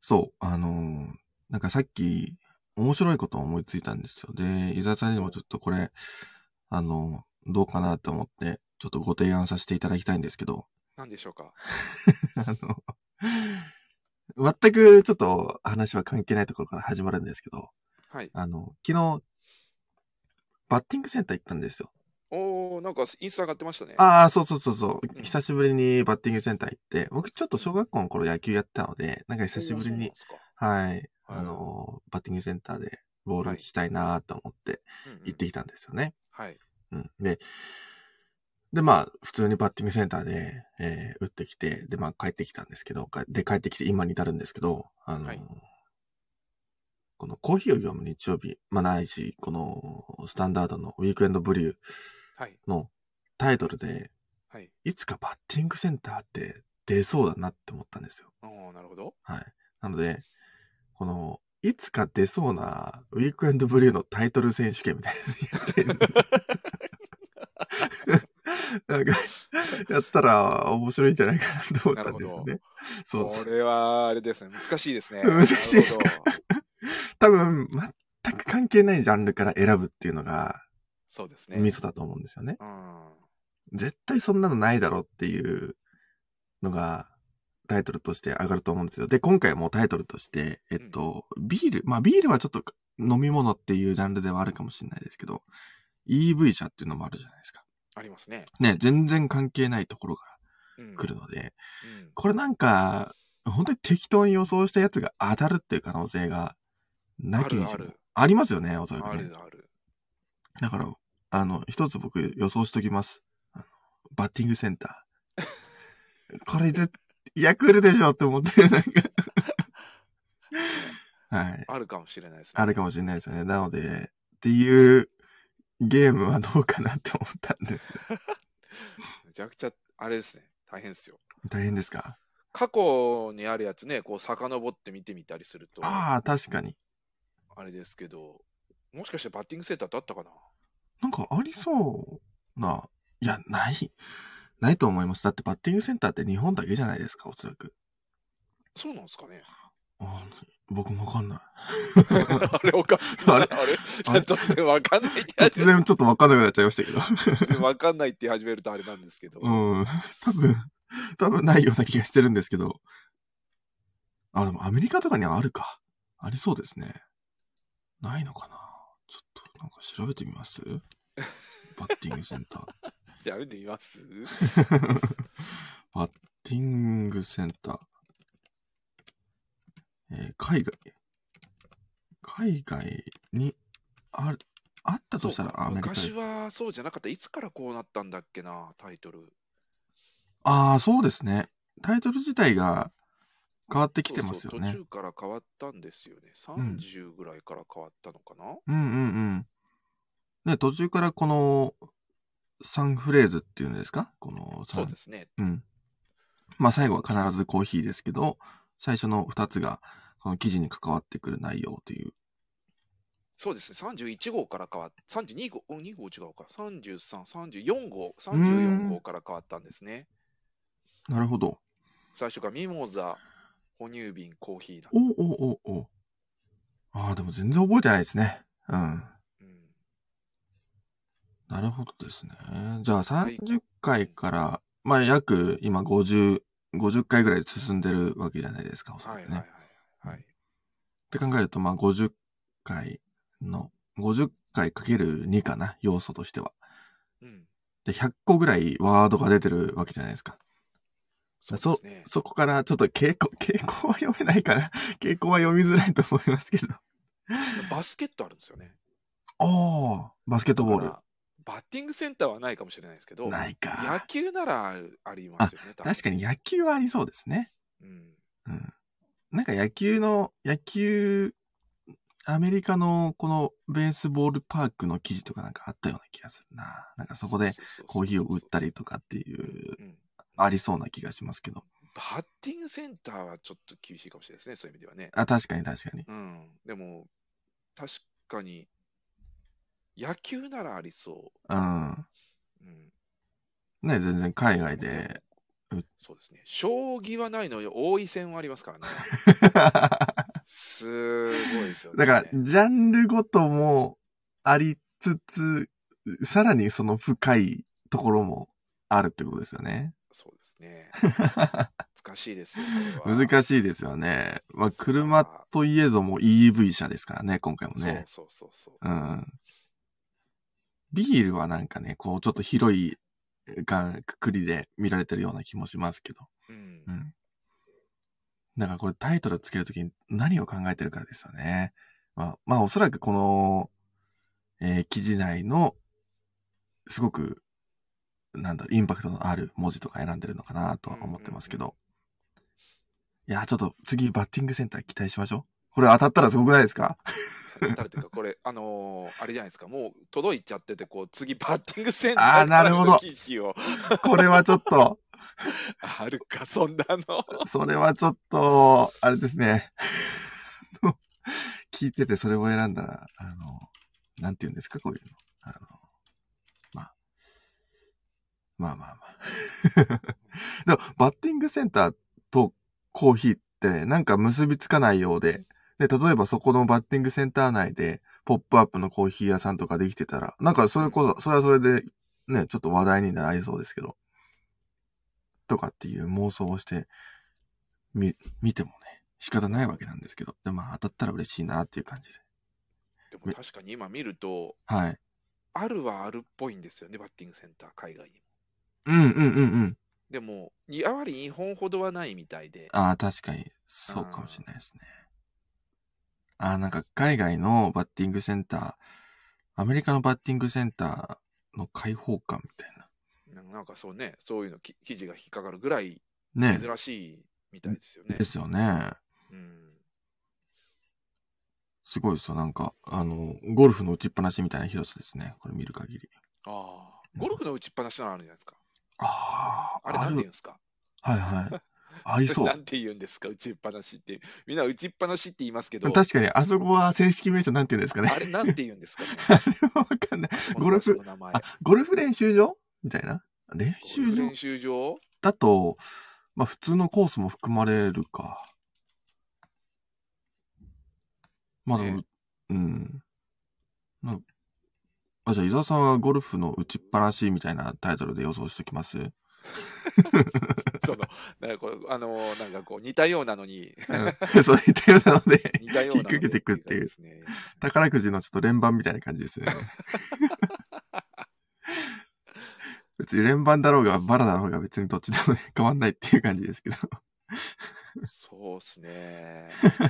そう、なんかさっき、面白いことを思いついたんですよ。で、伊沢さんにもちょっとこれ、どうかなと思って、ちょっとご提案させていただきたいんですけど、 何でしょうか。 あの、全くちょっと話は関係ないところから始まるんですけど、 はい。 昨日、バッティングセンター行ったんですよ。 なんかインスタ上がってましたね。 ああ、そうそうそうそう。 うん。 久しぶりにバッティングセンター行って、僕ちょっと小学校の頃野球やってたので、なんか久しぶりに、 そうなんですか。 はい、 はバッティングセンターでボーい。はい。 ル打ちたいなと思ってうんうん。 行ってきたんですよね。 はい。 うん。で、まあ、普通にバッティングセンターで、打ってきて、で、まあ、帰ってきたんですけど、帰ってきて今に至るんですけど、 はい。 このコーヒーを読む日曜日、まあないし、このスタンダードのウィークエンドブリューはい。 のタイトルで、 はい。 いつかバッティングセンターって出そうだなって思ったんですよ。 なるほど。 はい。なので、この、いつか出そうなウィークエンドブリューのタイトル選手権みたいなのやってなんか、やったら面白いんじゃないかなと思ったんなるほど。 ですよね。そうそう。 これは、あれですね。難しいですね。 難しいですか？ なるほど。 多分、全く関係ないジャンルから選ぶっていうのが、 そうですね。 ミソだと思うんですよね。 うん。 絶対そんなのないだろうっていうのが、タイトルとして上がると思うんですよ。で、今回もタイトルとして、 うん。 ビール、まあビールはちょっと飲み物っていうジャンルではあるかもしれないですけど、EV 車っていうのもあるじゃないですか。 ありますね。 ね、全然関係ないところからうん。 来るので、 うん。 これなんか、本当に適当に予想したやつが当たるっていう可能性が、なあきにしも。 るある。 ありますよね、おそらくあね。 るある。 だから、一つ僕予想しときます。バッティングセンター。これ来るでしょって思って、なんかね。 はい。 あるかもしれないですね。 あるかもしれないですよね。なので、っていうゲームはどうかなって思ったんですよ。 めちゃくちゃ、あれですね。大変ですよ。 大変ですか？ 過去にあるやつね、こう遡って見てみたりすると、 ああ、確かに。 あれですけど、もしかしてバッティングセンターってあったかな。 なんかありそうな、いや、ないと思います。だってバッティングセンターって日本だけじゃないですか、おそらく。 そうなんですかね。 僕もわかんない。 あれおかしいな。 あれあれあれ突然わかんないって突然ちょっとわかんなくなっちゃいましたけど。 突然わかんないって始めるとあれなんですけど。 うん。多分ないような気がしてるんですけど。でもアメリカとかにはあるか。ありそうですね。ないのかな。ちょっとなんか調べてみますバッティングセンター。 やめてみますバッティングセンター。海外にあったとそうか。 したらアメリカで。 昔はそうじゃなかった。いつからこうなったんだっけな、タイトル。 ああ、そうですね。タイトル自体が変わってきてまそうそう。 すよね。 途中から変わったんですよね。 うん。 30ぐらいから変わったのかな。 うんうんうん。ね、途中からこの3フレーズっていうんですか？この3。 そうですね。 うん。まあ最後は大きく。 必ずコーヒーですけど、最初の2つがその記事に関わってくる内容という。 そうですね。31号から変わっ、32号、2号違うか。33、34号、 うー 34 ん。 号から変わったんですね。 なるほど。 最初がミモザ、哺乳瓶、コーヒーだった。 お。でも全然覚えてないですね。うん。 うん。 なるほどですね。じゃあはい。 30 うん。 回から、まあ約今50回ぐらい進んでるわけじゃないですか、おそらくね。 はいはいはいうん、っはい。 て考えると、まあ50回の、50回かける2かな、要素としては。 うん。 で、100個ぐらいワードが出てるわけじゃないですか。 そうですね。 そこからちょっと傾向は読めないかな。傾向は読みづらいと思いますけど。 バスケットあるんですよね。 バスケットボール。 だから、バッティングセンターはないかもしれないですけど、 ない野か。 球ならありますよね、多分。 確かに野球はありそうですね。 うん。 うん。なんかアメリカのこのベースボールパークの記事とかなんかあったような気がするな。なんかそこそうでそうそうコーヒーをそうそうそう。 売ったりとかっていうん。 う、 うん。 ありそうな気がしますけど。 バッティングセンターはちょっと厳しいかもしれないですね、そういう意味ではね。 確かに確かに。 うん。でも、確かに、野球ならありそうん。 う。うん。 ね、全然海外でも、 で、 そうですね。将棋はないのに、王位戦はありますからね。 ですよね。 だから、ジャンルごともありつつ、さらにその深いところもあるってことですよね。 そうですね。難しいですよ、これは。 難しいですよね。まあ、車といえども EV 車ですからね、今回もね。 そうそうそう。 うん。ビールはなんかね、こう、ちょっと広いくくりで見られてるような気もしますけど。 うん。 うん。だからこれタイトルつけるときに何を考えてるかですよね。まあ、おそらくこの、記事内の、すごく、インパクトのある文字とか選んでるのかなとは思ってますけど。いや、ちょっと次バッティングセンター期待しましょう。これ当たったらすごくないですか？ 当たるというか、これ、あれじゃないですか、もう届いちゃってて、こう、次、バッティングセンターからの記事を。 これはちょっと。 あるか、そんなの。 それはちょっと、あれですね。聞いててそれを選んだら、なんて言うんですか、こういうの。まあ。でも、バッティングセンターとコーヒーってなんか結びつかないようで、で、例えばそこのバッティングセンター内で、ポップアップのコーヒー屋さんとかできてたら、なんかそれはそれで、ね、ちょっと話題になりそうですけど、とかっていう妄想をして、見てもね、仕方ないわけなんですけど、でもまあ当たったら嬉しいなっていう感じで。 でも確かに今見ると、 はい。 あるはあるっぽいんですよね、バッティングセンター、海外にも。 うん。 でも、やはり日本ほどはないみたいで。 ああ、確かに、そうかもしれないですね。なんか海外のバッティングセンター、アメリカのバッティングセンターの開放感みたいな。 なんかそうね、そういうの記事が引っかかるぐらいね。 珍しいみたいですよね。 ですよね。 うん。 すごいですよ。なんか、ゴルフの打ちっぱなしみたいな広さですね。これ見る限り。 ああ、ゴルフの打ちっぱなしなのあるじゃないですか。 ああ、 あれなんて言うんですか？ はい。ありそう。 なんて言うんですか、打ちっぱなしって。みんな打ちっぱなしって言いますけど。 確かに、あそこは正式名称なんて言うんですかね。 あれなんて言うんですかね。 あれはわかんない。ゴルフ練習場みたいな。練習場だと、まあ普通のコースも含まれるか。まだ、ね、うん。じゃあ伊沢さんはゴルフの打ちっぱなしみたいなタイトルで予想しておきます？ なんかこう、なんかこう似たようなのに、 そう似たようなので引っ掛けていくっていう、宝くじのちょっと連番みたいな感じですね。別に連番だろうがバラだろうが別にどっちでも、ね、変わんないっていう感じですけど。 そうっすね。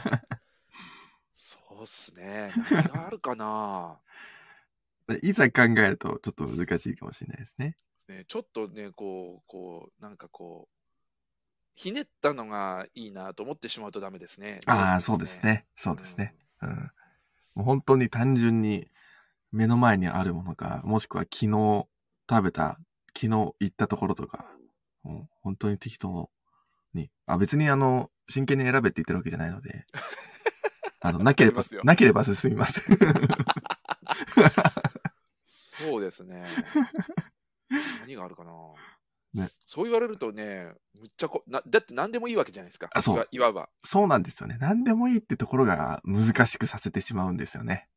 そうっすね。何があるかな。 いざ考えるとちょっと難しいかもしれないですね。 ちょっとね、なんかひねったのがいいなと思ってしまうとダメですね。 そうですね。そうですね。うん。もう本当に単純に目の前にあるものか、もしくは昨日行ったところとか、もう本当に適当に。別に真剣に選べって言ってるわけじゃないので、なければ進みます。 そうですね。何があるかな。 ね、 そう言われるとね、むっちゃだって何でもいいわけじゃないですか。いわば。 そうなんですよね。何でもいいってところが難しくさせてしまうんですよね。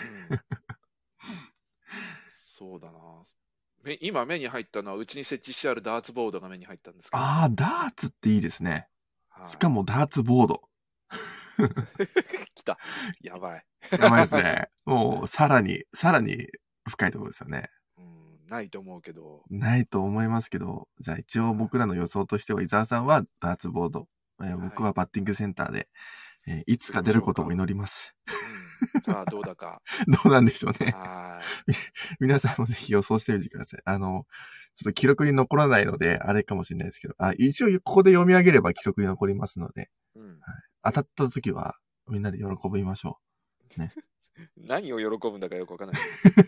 そうだな。今目に入ったのは、うちに設置してあるダーツボードが目に入ったんですけど。 ダーツっていいですね。しかもダーツボード。 来た。やばい。 やばいですね。もう、さらに深いところですよね。 ないと思うけど。 ないと思いますけど、じゃあ一応僕らの予想としては、伊沢さんはダーツボード、僕はバッティングセンターで、いつか出ることを祈ります。 さあ、どうだか。 どうなんでしょうね。皆さんもぜひ予想してみてください。ちょっと記録に残らないので、あれかもしれないですけど、一応ここで読み上げれば記録に残りますので、当たった時はみんなで喜びましょう。ね。 何を喜ぶんだかよくわかんない。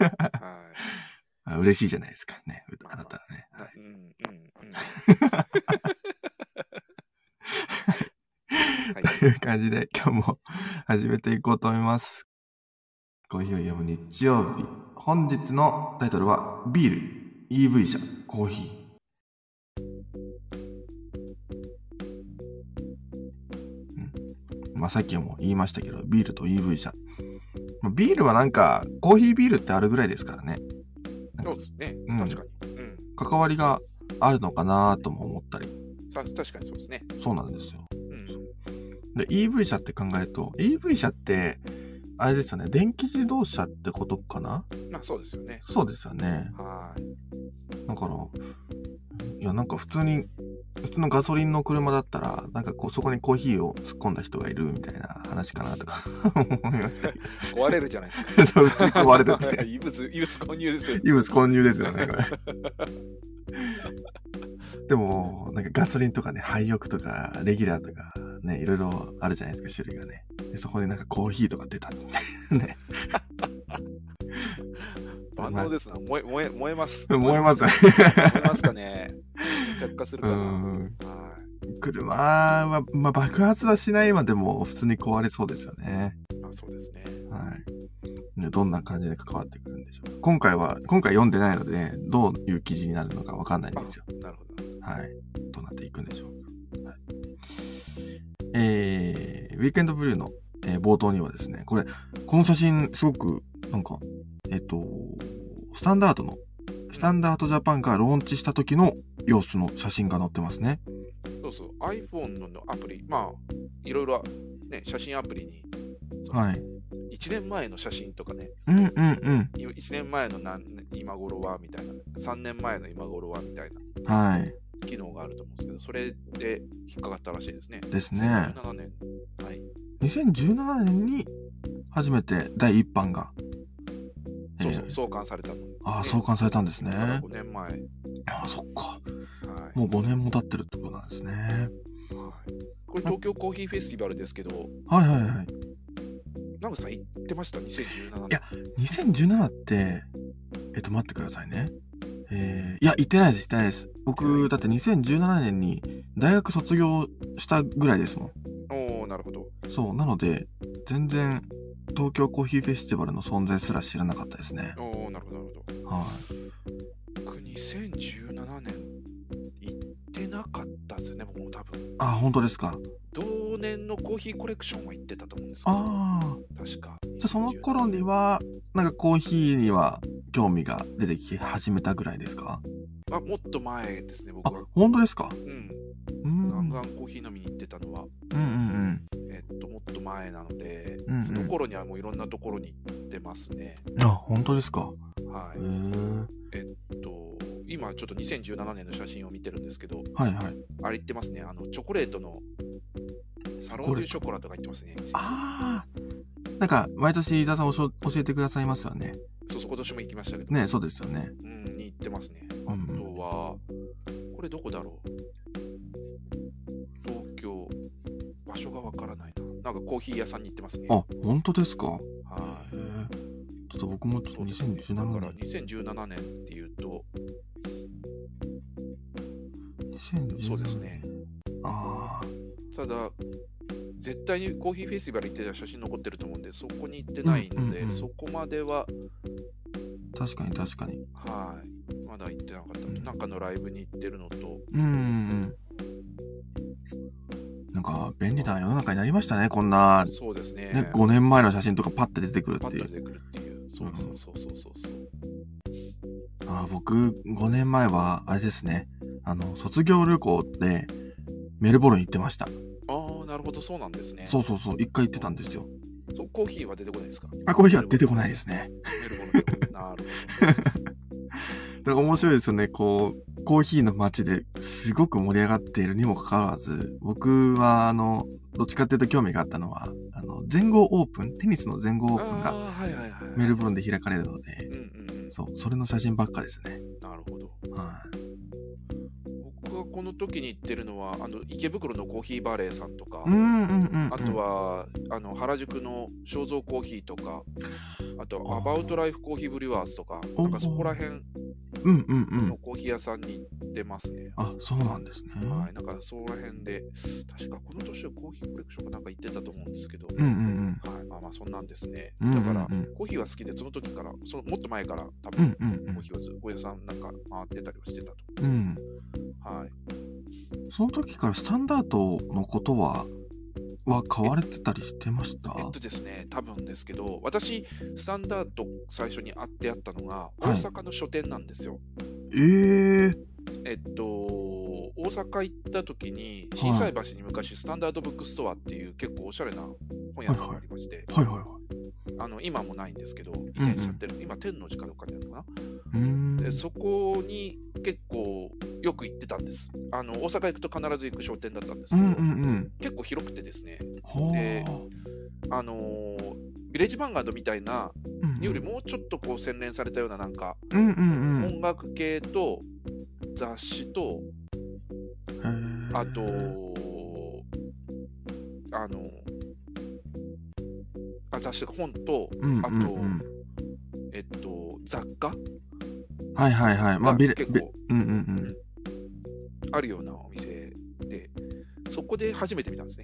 嬉しいじゃないですかね。あなたらね。という感じで今日も始めていこうと思います。コーヒーを読む日曜日。本日のタイトルはビール、EV 車、コーヒー。さっきも言いましたけど、ビールと EV 車。 ビールはなんか、コーヒービールってあるぐらいですからね。 そうですね。 うん確かに。 関わりがあるのかなとも思ったり。 確かにそうですね。 そうなんですよ。 うん。 で、EV 車って考えると、EV 車って、あれですよね、電気自動車ってことかな？ そうですよね。 そうですよね。 はい。 だから、いや、なんか普通のガソリンの車だったら、なんかこう、そこにコーヒーを突っ込んだ人がいるみたいな話かなとか思いましたけど。 壊れるじゃないですか。 そう、普通に壊れるって。 異物混入ですよ。 異物混入ですよね、これ。でも、なんかガソリンとかね、廃屋とか、レギュラーとか、ね、いろいろあるじゃないですか、種類がね。でそこになんかコーヒーとか出たみたいなね。 万能ですな。燃えます。 燃えますね。 燃えますかね。着火するかな。はい。 車は、まあ、爆発はしないまでも普通に壊れそうですよね。 そうですね。 はい。どんな感じで関わってくるんでしょう。今回読んでないので、どういう記事になるのかわかんないんですよ。 なるほど。 はい。どうなっていくんでしょうか。はい、ウィークエンドブルーの、冒頭にはですね、この写真すごく、なんか、スタンダードジャパンがローンチした時の様子の写真が載ってますね。 そうそう。iPhone のアプリ、まあ、いろいろね、写真アプリに、 はい。 1年前の写真とかね、 1 年前の今頃はみたいな、3年前の今頃はみたいな、 はい。 機能があると思うんですけど、それで引っかかったらしいですね。 ですね。 2017年。はい。 2017年に初めて第1版が、 創刊されたの。 創刊されたんですね。 5年前。 そっか。 はい。 もう5年も経ってるってことなんですね。はい。 これ東京コーヒーフェスティバルですけど、 はいはいはい。 ナグさん行ってました？ 2017 年。 いや、2017って、待ってくださいね。いや、行ってないです。僕、だって2017年に大学卒業したぐらいですもん。 おー、なるほど。 そう、なので、全然、東京コーヒーフェスティバルの存在すら知らなかったですね。 おー、なるほど、なるほど。 はい。 僕、2017年、行ってなかったですよね、もう多分。 本当ですか。 同年のコーヒーコレクションは行ってたと思うんですけど。確か。 じゃあその頃には、なんかコーヒーには興味が出てき始めたぐらいですか？ もっと前ですね、僕は。 本当ですか？ ガンガンコーヒー飲みに行ってたのは、もっと前なので、その頃にはもういろんなところに行ってますね。 本当ですか？ はい。今ちょっと2017年の写真を見てるんですけど、 はいはい。 あれ言ってますね。チョコレートのサロン・デュ・ショコラとか言ってますね。 なんか、毎年伊沢さん教えてくださいますよね。 そう、今年も行きましたけど。 ね、そうですよね。 に行ってますね。あとは、これどこだろう？東京、場所がわからないな。なんかコーヒー屋さんに行ってますね。 本当ですか？ はい。 ちょっと僕も2017年。 だから2017年っていうと、そうですね。ただ、絶対にコーヒーフェスティバル行ってた写真残ってると思うんで、そこに行ってないので、そこまでは。 確かに。 はい。まだ行ってなかったのと、なんかのライブに行ってるのと。 なんか便利な世の中になりましたね、こんな。 そうですね。 5年前の写真とかパッて出てくるっていう。 パッと出てくるっていう。そう。 僕、5年前は、あれですね。卒業旅行で、メルボルン行ってました。 なるほど、そうなんですね。 そう。一回行ってたんですよ。 コーヒーは出てこないですか？ コーヒーは出てこないですね。 メルボルン。なるほど。 だから面白いですよね。コーヒーの街ですごく盛り上がっているにもかかわらず、僕は、どっちかっていうと興味があったのは、全豪オープン、テニスの全豪オープンが、メルボルンで開かれるので、それの写真ばっかですね。 なるほど。僕はこの時に行ってるのは、池袋のコーヒーバレーさんとか、あとは、原宿の肖像コーヒーとか、あと、アバウトライフコーヒーブリュワーズとか、なんかそこら辺のコーヒー屋さんに行ってますね。 そうなんですね。 はい、なんかそこら辺で、確かこの年はコーヒーコレクションかなんか行ってたと思うんですけど、はい、そんなんですね。だから、コーヒーは好きで、その時から、もっと前から多分、コーヒーはお屋さんなんか回ってたりはしてたと。はい。 その時からスタンダードのことはは買われてたりしてました？ ですね、多分ですけど、私、スタンダード最初に出会ったのが、大阪の書店なんですよ。大阪行った時に、心斎橋に昔、スタンダードブックストアっていう結構おしゃれな本屋さんがありまして、今もないんですけど、移転しちゃってる、今、天王寺かどっかにあるのかな。でそこに結構よく行ってたんです。大阪行くと必ず行く商店だったんですけど、結構広くてですね、でビレッジヴァンガードみたいな、よりもうちょっとこう洗練されたようななんか、音楽系と雑誌と、あと雑誌とか本と、あと雑貨結構あるようなお店で、そこで初めて見たんですね。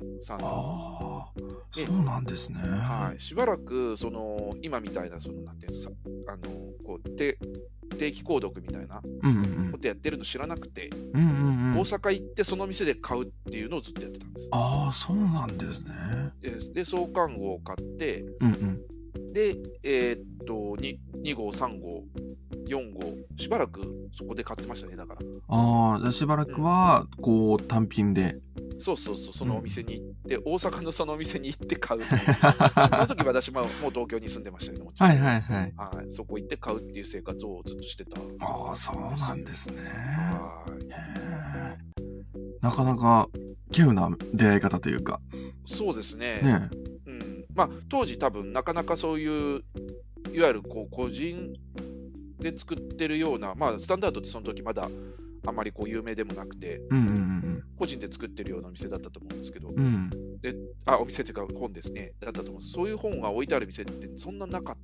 そうなんですね。 しばらく今みたいななんていうんですか、こう定期購読みたいなことやってるの知らなくて、大阪行ってその店で買うっていうのをずっとやってたんです。 そうなんですね。 で創刊号を買って、で2号3号4号しばらくそこで買ってましたね。だからしばらくはこう単品で、 そのお店に行って、大阪のそのお店に行って買うっていうその時私もう東京に住んでましたけども、そこ行って買うっていう生活をずっとしてた。 そうなんですね。なかなか稀有な出会い方というか。 そうですね。当時多分なかなかそういういわゆるこう個人で作ってるような、スタンダードってその時まだあんまりこう有名でもなくて、個人で作ってるようなお店だったと思うんですけど、でお店っていうか本ですね、だったと思うんです。そういう本が置いてある店ってそんななかった。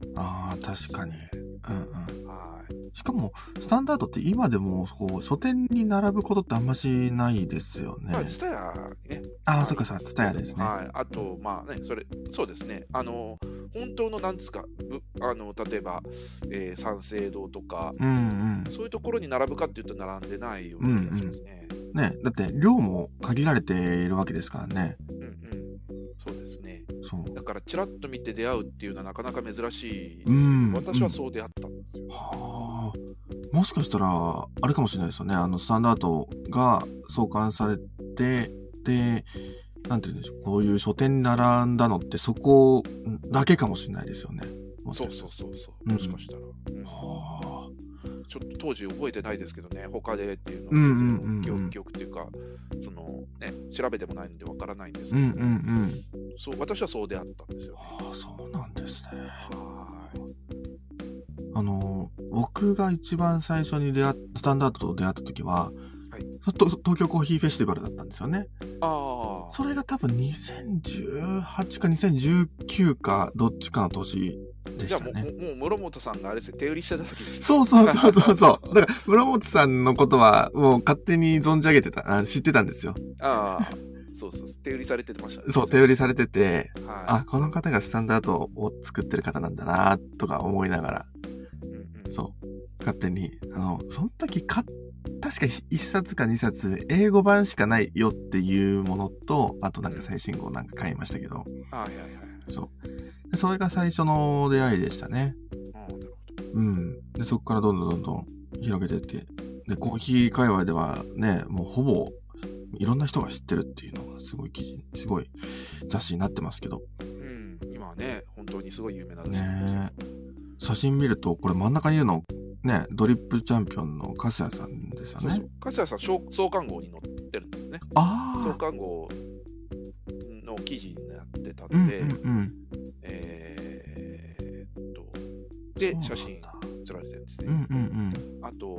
確かに。しかもスタンダードって今でもこう書店に並ぶことってあんましないですよね。 ツタヤにね。 そうかツタヤですね。 あとそうですね。本当のなんですか、例えば、三省堂とか、そういうところに並ぶかっていうと並んでないような気がしますね。 だって量も限られているわけですからね。 そうですね。だからちらっと見て出会うっていうのはなかなか珍しいですけど、私はそう出会ったんですよ。 もしかしたらあれかもしれないですよね。スタンダードが創刊されて、でなんていうんでしょう、こういう書店に並んだのってそこだけかもしれないですよね。 そう。もしかしたら。ちょっと当時覚えてないですけどね、他でっていうのは記憶っていうか、調べてもないのでわからないんですけど、私はそうであったんですよ。 そうなんですね。僕が一番最初にスタンダードと出会った時は、東京コーヒーフェスティバルだったんですよね。それが多分2018か2019かどっちかの年でしたね。 もう室本さんがあれですよ、手売りしてた時です。 そう。だから室本さんのことはもう勝手に存じ上げてた、知ってたんですよ。 そう手売りされてましたね。 手売りされてて、この方がスタンダードを作ってる方なんだなとか思いながら、勝手にその時確か1冊か2冊英語版しかないよっていうものと、あとなんか最新号なんか買いましたけど、それが最初の出会いでしたね。でそこからどんどん広げてって、でコーヒー界隈ではね、もうほぼいろんな人が知ってるっていうのがすごい雑誌になってますけど、 今はね本当にすごい有名なんですね。 写真見るとこれ真ん中にいるのね、ドリップチャンピオンの粕谷さんですよね。 粕谷さん創刊号に載ってるんですね。創刊号の記事になってたので、で写真写られてるんですね。あと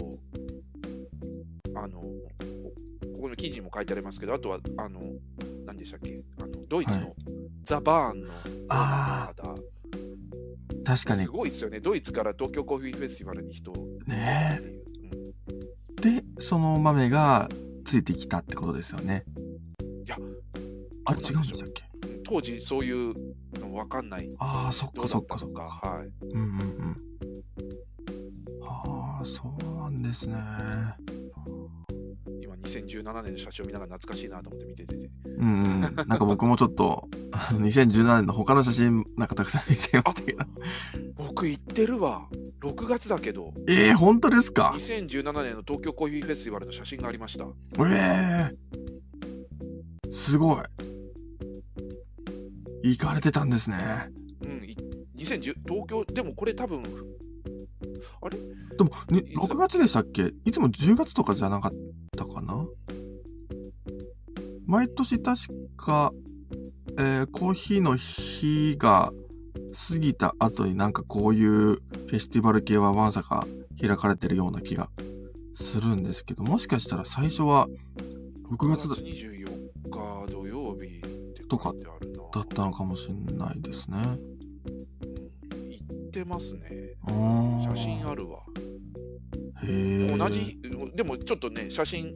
ここの記事にも書いてありますけど、あとは何でしたっけ、ドイツのザ・バーンの方、 確かにすごいですよね。ドイツから東京コーヒーフェスティバルに人ね。でその豆がついてきたってことですよね。 いや、 あれ違うんでしたっけ？ 当時そういうの分かんない。 そっか。そうなんですね。 今 2017年の写真を見ながら懐かしいなと思って見てて。 なんか僕もちょっと、2017年の他の写真、なんかたくさん見ちゃいましたけど。 僕行ってるわ。6月だけど。 本当ですか？ 2017 年の東京コーヒーフェスティバルの写真がありました。 すごい。行かれてたんですね。 2010、東京、でもこれ多分、あれでも、6月でしたっけ？いつも10月とかじゃなかったかな？毎年確か、コーヒーの日が過ぎた後になんかこういうフェスティバル系はわんさか開かれてるような気がするんですけど、もしかしたら最初は6月 24日土曜日とかだったのかもしれないですね。 行ってますね。写真あるわ。同じ、でもちょっとね、写真、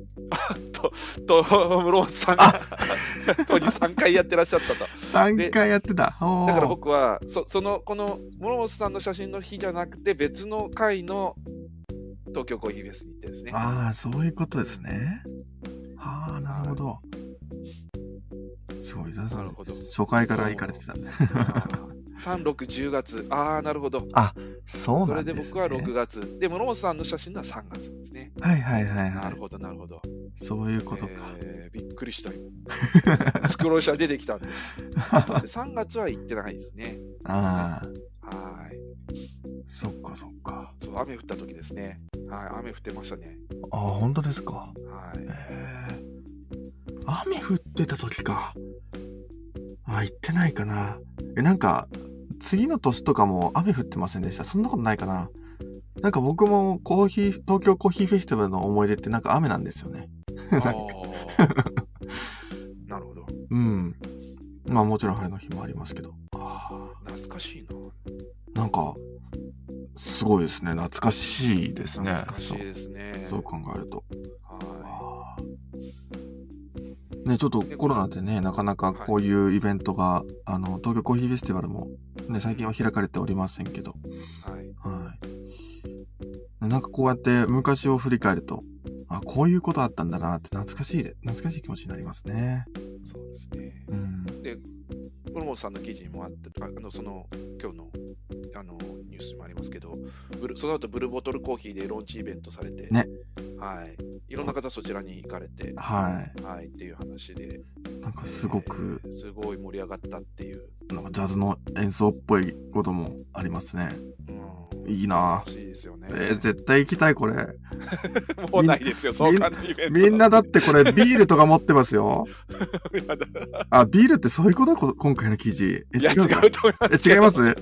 室本さんが当時3回やってらっしゃったと。 3回やってた。だから僕はこの室本さんの写真の日じゃなくて別の回の東京コーヒーフェスに行ってですね。 そういうことですね。なるほど。すごい、なるほど。初回から行かれてたんだ。 3、6、10月。なるほど。 そうなんですね。 それで僕は6月。で、室本さんの写真は3月ですね。なるほど、なるほど。 そういうことか。 びっくりしたよ。スクロール車出てきたんで。3月は行ってないですね。 そっかそっか。 雨降った時ですね。雨降ってましたね。 本当ですか。雨降ってた時か。行ってないかな。なんか、次の年とかも雨降ってませんでした？そんなことないかな。なんか僕も東京コーヒーフェスティバルの思い出ってなんか雨なんですよね。 なるほど。 もちろん晴れの日もありますけど。 懐かしいな。なんか、すごいですね。懐かしいですね。 懐かしいですね。 そう考えると。ね、ちょっとコロナでね、なかなかこういうイベントが、東京コーヒーフェスティバルも、ね、最近は開かれておりませんけど、なんかこうやって昔を振り返ると、こういうことあったんだなって懐かしい気持ちになりますね。 そうですね。で、室本さんの記事にもあって、今日のニュースにもありますけど、その後ブルーボトルコーヒーでローンチイベントされて、いろんな方そちらに行かれて、っていう話で、 なんかすごく、 すごい盛り上がったっていう。 なんかジャズの演奏っぽいこともありますね。いいなぁ。 いいですよね。 絶対行きたい、これ。 もうないですよ、そう簡単にイベント。 みんなだってこれビールとか持ってますよ。ビールってそういうこと？今回の記事。 違うと思います。 違います？ 違います。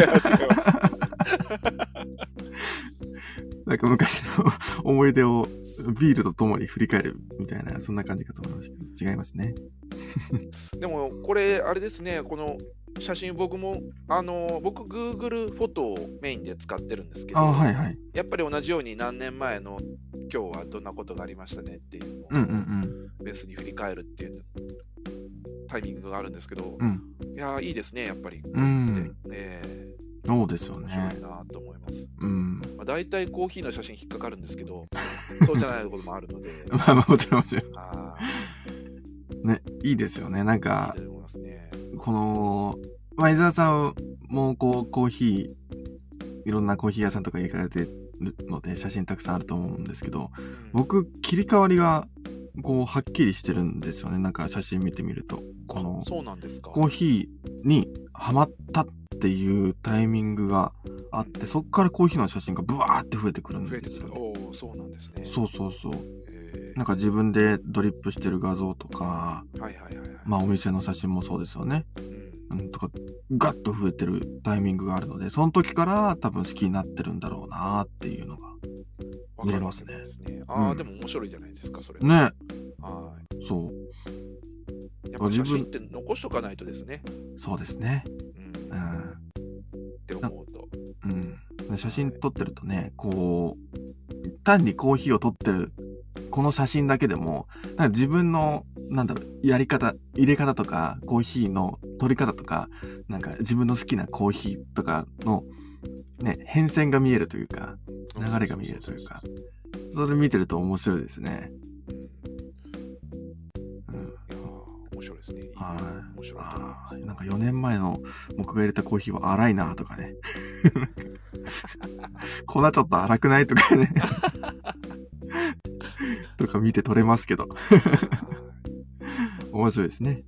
なんか昔の思い出をビールとともに振り返るみたいな、そんな感じかと思いますけど、違いますね。 でも、これ、あれですね、この写真、僕も、僕、Google フォトをメインで使ってるんですけど、やっぱり同じように何年前の今日はどんなことがありましたねっていうのを、ベースに振り返るっていうタイミングがあるんですけど、いや、いいですね、やっぱり。 そうですよね。 面白いなと思います。大体コーヒーの写真引っかかるんですけど、そうじゃないこともあるので。 もちろん。ね、いいですよね。なんか、この、伊沢さんもコーヒー、いろんなコーヒー屋さんとか行かれてるので、写真たくさんあると思うんですけど、僕、切り替わりが、はっきりしてるんですよね。なんか写真見てみると。 そうなんですか。 コーヒーにハマったっていうタイミングがあって、そっからコーヒーの写真がブワーって増えてくるんですよね。 そうなんですね。 そう。なんか自分でドリップしてる画像とか、お店の写真もそうですよね。とか、ガッと増えてるタイミングがあるので、その時から多分好きになってるんだろうなっていうのが見れますね。 でも面白いじゃないですか、それ。 ね。そう。 やっぱ写真って残しとかないとですね。 そうですね。 って思うと。 写真撮ってるとね、単にコーヒーを撮ってる、この写真だけでも、なんか自分の、やり方、入れ方とか、コーヒーの撮り方とか、なんか自分の好きなコーヒーとかの、ね、変遷が見えるというか、流れが見えるというか、それ見てると面白いですね。 面白いと思います。 なんか4年前の僕が入れたコーヒーは荒いなとかね。粉ちょっと荒くないとかね。とか見て取れますけど。面白いですね。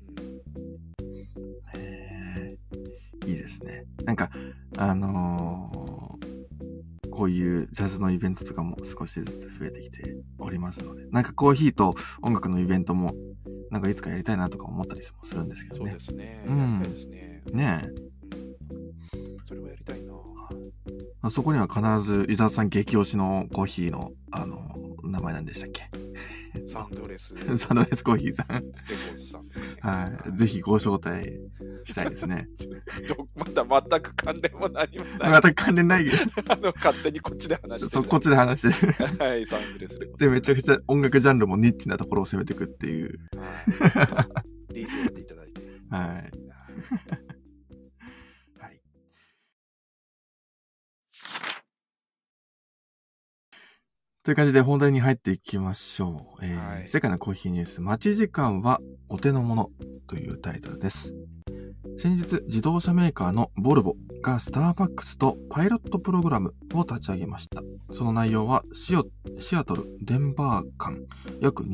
いいですね。なんか、こういうジャズのイベントとかも少しずつ増えてきておりますので、なんかコーヒーと音楽のイベントもなんかいつかやりたいなとか思ったりもするんですけどね。 そうですね。やりたいですね。 ねえ。 それはやりたいな。 そこには必ず伊沢さん激推しのコーヒーの名前なんでしたっけ？ サンドレスコーヒーさん。 レコーズさんですね。 はい。ぜひご招待したいですね。 また全く関連も何もない。 全く関連ないけど。 勝手にこっちで話してる。 そう、こっちで話してる。 はい、サンドレスレコーズ。 で、めちゃくちゃ音楽ジャンルもニッチなところを攻めていくっていう。 はい。DJ やっていただいて。 はい。はい。という感じで本題に入っていきましょう。はい、世界のコーヒーニュース、待ち時間はお手の物というタイトルです。先日、自動車メーカーのボルボがスターバックスとパイロットプログラムを立ち上げました。その内容はシアトル、デンバー間約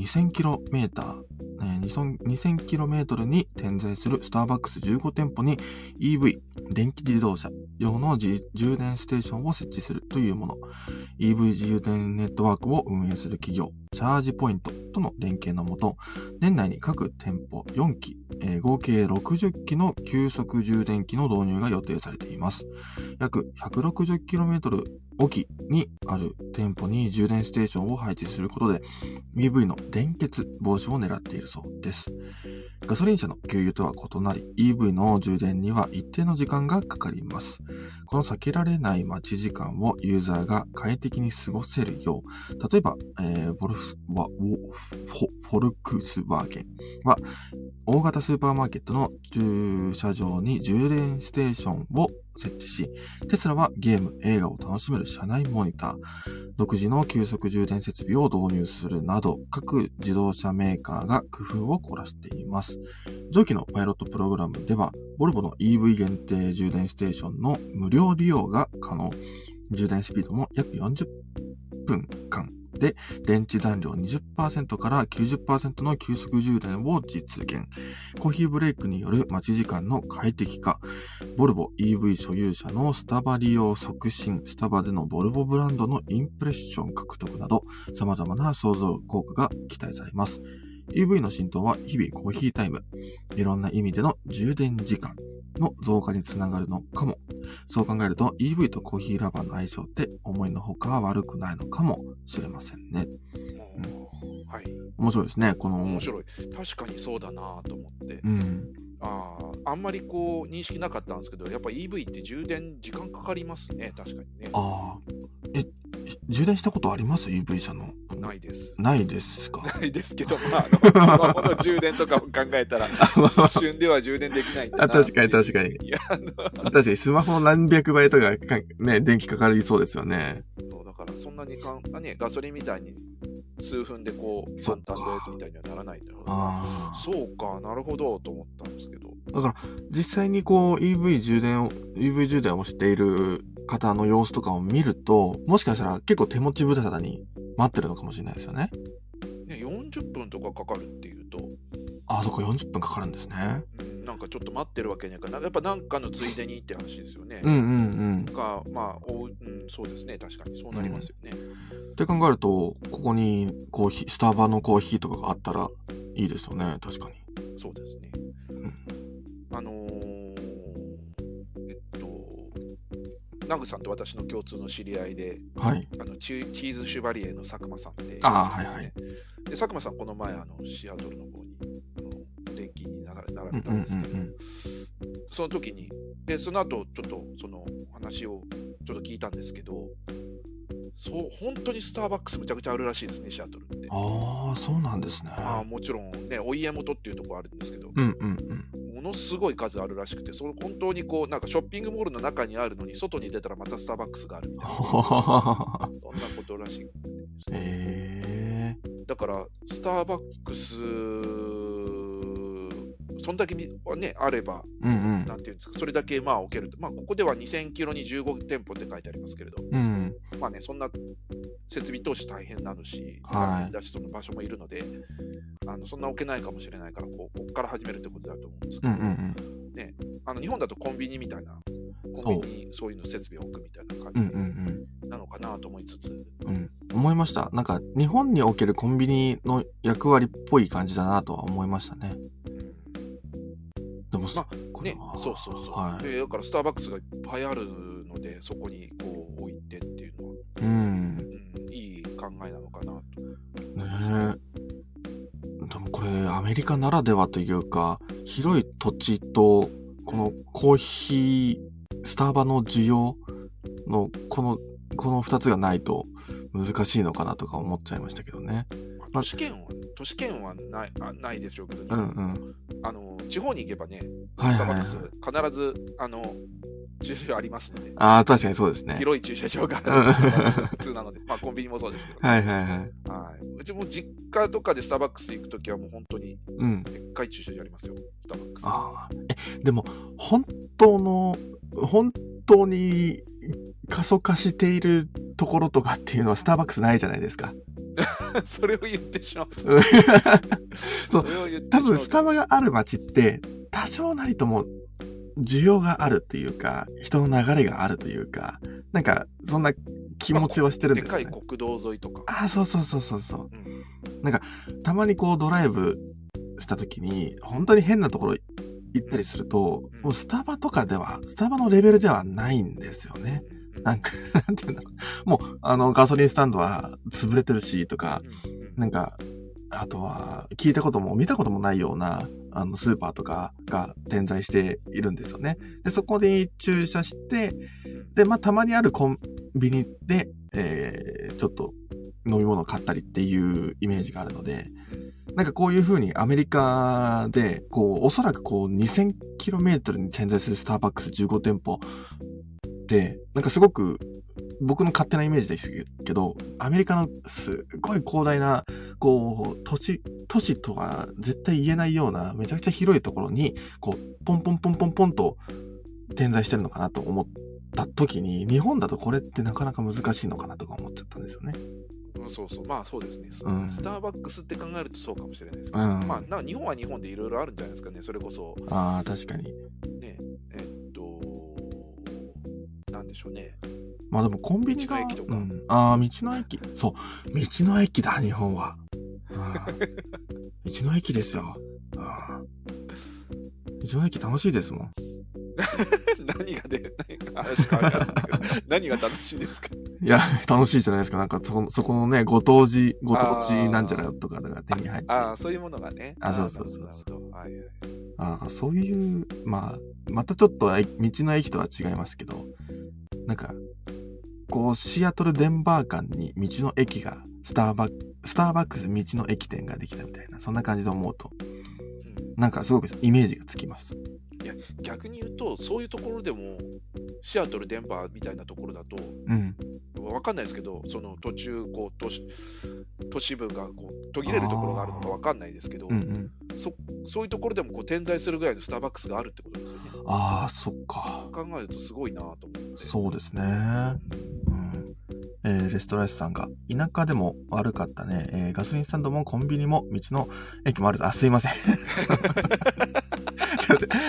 2000km に点在するスターバックス15店舗に EV、電気自動車用の充電ステーションを設置するというもの。EV 充電ネットワークを運営する企業、チャージポイントとの連携のもと、年内に各店舗4機、合計60機の急速充電器の導入が予定されています。約 160km 沖にある店舗に充電ステーションを配置することで EV の電欠防止を狙っているそうです。ガソリン車の給油とは異なり EV の充電には一定の時間がかかります。この避けられない待ち時間をユーザーが快適に過ごせるよう、例えば、フォルクスワーゲンは大型スーパーマーケットの駐車場に充電ステーションを設置し、テスラはゲーム、映画を楽しめる車内モニター、独自の急速充電設備を導入するなど、各自動車メーカーが工夫を凝らしています。上記のパイロットプログラムでは、ボルボの EV 限定充電ステーションの無料利用が可能。充電スピードも約40分間で、電池残量 20% から 90% の急速充電を実現。コーヒーブレイクによる待ち時間の快適化。ボルボ EV 所有者のスタバ利用促進。スタバでのボルボブランドのインプレッション獲得など、様々な相乗効果が期待されます。EV の浸透は日々コーヒータイム。いろんな意味での充電時間の増加につながるのかも。そう考えると EV とコーヒーラバーの相性って思いのほか悪くないのかもしれませんね。 はい。 面白いですね。 面白い。確かにそうだなと思って。あんまりこう認識なかったんですけど、やっぱ EV って充電時間かかりますね。確かにね。 充電したことあります？ EV 車の。 ないです。 ないですか？ ないですけど、スマホの充電とかも考えたら、一瞬では充電できないんだな。 確かに。確かにスマホの何百倍とかね、電気かかりそうですよね。 そう、だからそんなにガソリンみたいに数分でこう、簡単ですみたいにはならないんだよな。そうか、なるほどと思ったんですけど。 だから、実際にこう、EV 充電をしている方の様子とかを見ると、もしかしたら結構手持ち無沙汰に待ってるのかもしれないですよね。 40分とかかかるっていうと。 そっか、40分かかるんですね。 なんかちょっと待ってるわけにはいかない。やっぱなんかのついでにって話ですよね。そうですね。確かにそうなりますよね。 って考えると、ここにスタバのコーヒーとかがあったらいいですよね。確かに。 そうですね。ナグさんと私の共通の知り合いで、 はい、 チーズシュバリエの佐久間さんで、 はいはい。 で佐久間さんこの前シアトルの方に電気になられたんですけど、その時にその後ちょっとその話をちょっと聞いたんですけど、本当にスターバックスむちゃくちゃあるらしいですね、シアトルって。 そうなんですね。 もちろんね、お家元っていうところあるんですけど、ものすごい数あるらしくて、本当にこうなんかショッピングモールの中にあるのに外に出たらまたスターバックスがあるみたいなそんなことらしいですね。だからスターバックスそんだけね、あれば、 うんうん。 なんていうんですか、それだけまあ置けると。まあ、ここでは2000キロに15店舗って書いてありますけれど、 うん。 まあね、そんな設備投資大変なのし、 はい大変だし、その場所もいるので、そんな置けないかもしれないから、ここから始めるってことだと思うんですけど、 うんうんうん。 ね、日本だとコンビニみたいな、コンビニにそういうの設備を置くみたいな感うんうんじなのかなと思いつつ、 うん。思いました。なんか、日本におけるコンビニの役割っぽい感じだなとは思いましたね。でも、 まあね、そうそうそう。 はい。 で、だからスターバックスがいっぱいあるので、そこにこう置いてっていうのは、いい考えなのかなと。 ねえ。でもこれ、アメリカならではというか、広い土地と、このコーヒー、スタバの需要の、この2つがないと難しいのかなとか思っちゃいましたけどね。 都市圏はないでしょうけど、地方に行けばね、スターバックス、必ず、駐車場ありますので。 ああ、確かにそうですね。 広い駐車場がある普通なので、まあコンビニもそうですけど、ね。 はいはいはい。 うちも実家とかでスターバックス行くときはもう本当に、でっかい駐車場ありますよ、スターバックス。 でも、本当に過疎化しているところとかっていうのはスターバックスないじゃないですか。 それを言ってしまう。 そう、多分スタバがある街って多少なりとも需要があるっていうか、人の流れがあるというか、なんかそんな気持ちはしてるんですよね。 でかい国道沿いとか。 そう。なんかたまにこうドライブした時に本当に変なところ行ったりすると、もうスタバのレベルではないんですよね。なんていうんだろう。もう、ガソリンスタンドは潰れてるし、とか、なんか、あとは、聞いたことも見たこともないような、スーパーとかが点在しているんですよね。で、そこに駐車して、で、まあ、たまにあるコンビニで、ちょっと飲み物を買ったりっていうイメージがあるので、なんかこういう風にアメリカで、おそらく2000km に点在するスターバックス15店舗で、なんかすごく僕の勝手なイメージですけど、アメリカのすごい広大な、都市とは絶対言えないような、めちゃくちゃ広いところに、ポンポンポンポンポンと点在してるのかなと思った時に、日本だとこれってなかなか難しいのかなとか思っちゃったんですよね。 そう。まあそうですね。スターバックスって考えるとそうかもしれないですけど、まあ日本は日本でいろいろあるんじゃないですかね。それこそ。 確かに。 ね、なんでしょうね。 まあでもコンビニが。 道の駅とか。 道の駅。そう。道の駅だ、日本は。道の駅ですよ。道の駅楽しいですもん。 何が楽しいですか？ いや、楽しいじゃないですか。なんかそこのね、ご当地なんじゃないとかが手に入って。 そういうものがね。 そう。そういう、またちょっと道の駅とは違いますけど、なんか、シアトル・デンバー間に道の駅が、スターバックス道の駅店ができたみたいな、そんな感じで思うと、なんかすごくイメージがつきます。 いや、逆に言うと、そういうところでも、シアトル、デンバーみたいなところだと、わかんないですけど、その途中、都市部が途切れるところがあるのかわかんないですけど、そういうところでも点在するぐらいのスターバックスがあるってことですよね。 そっか。 考えるとすごいなと思って。 そうですね。レストライスさんが、田舎でも悪かったね。ガソリンスタンドもコンビニも道の駅もある。すいません。すいません。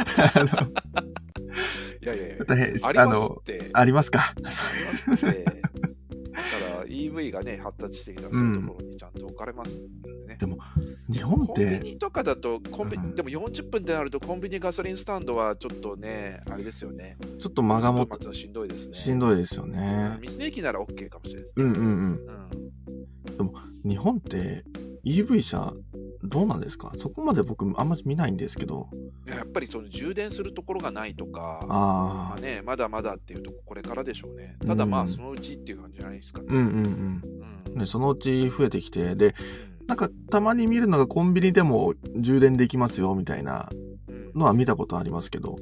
いや。 ありますって。ありますか。 ありますって。だから EV がね、発達してきたらそういうところにちゃんと置かれますね。 でも、日本って。 コンビニとかだと、でも40分であるとコンビニガソリンスタンドはちょっとね、あれですよね。 ちょっと間が持つのしんどいですね。 しんどいですよね。 道の駅なら OK かもしれないですね。でも、日本って EV 車、どうなんですか？そこまで僕あんまり見ないんですけど。 やっぱりその充電するところがないとか、まだまだっていうとこれからでしょうね。ただそのうちっていう感じじゃないですかね。 そのうち増えてきて、で、なんかたまに見るのがコンビニでも充電できますよみたいなのは見たことありますけど。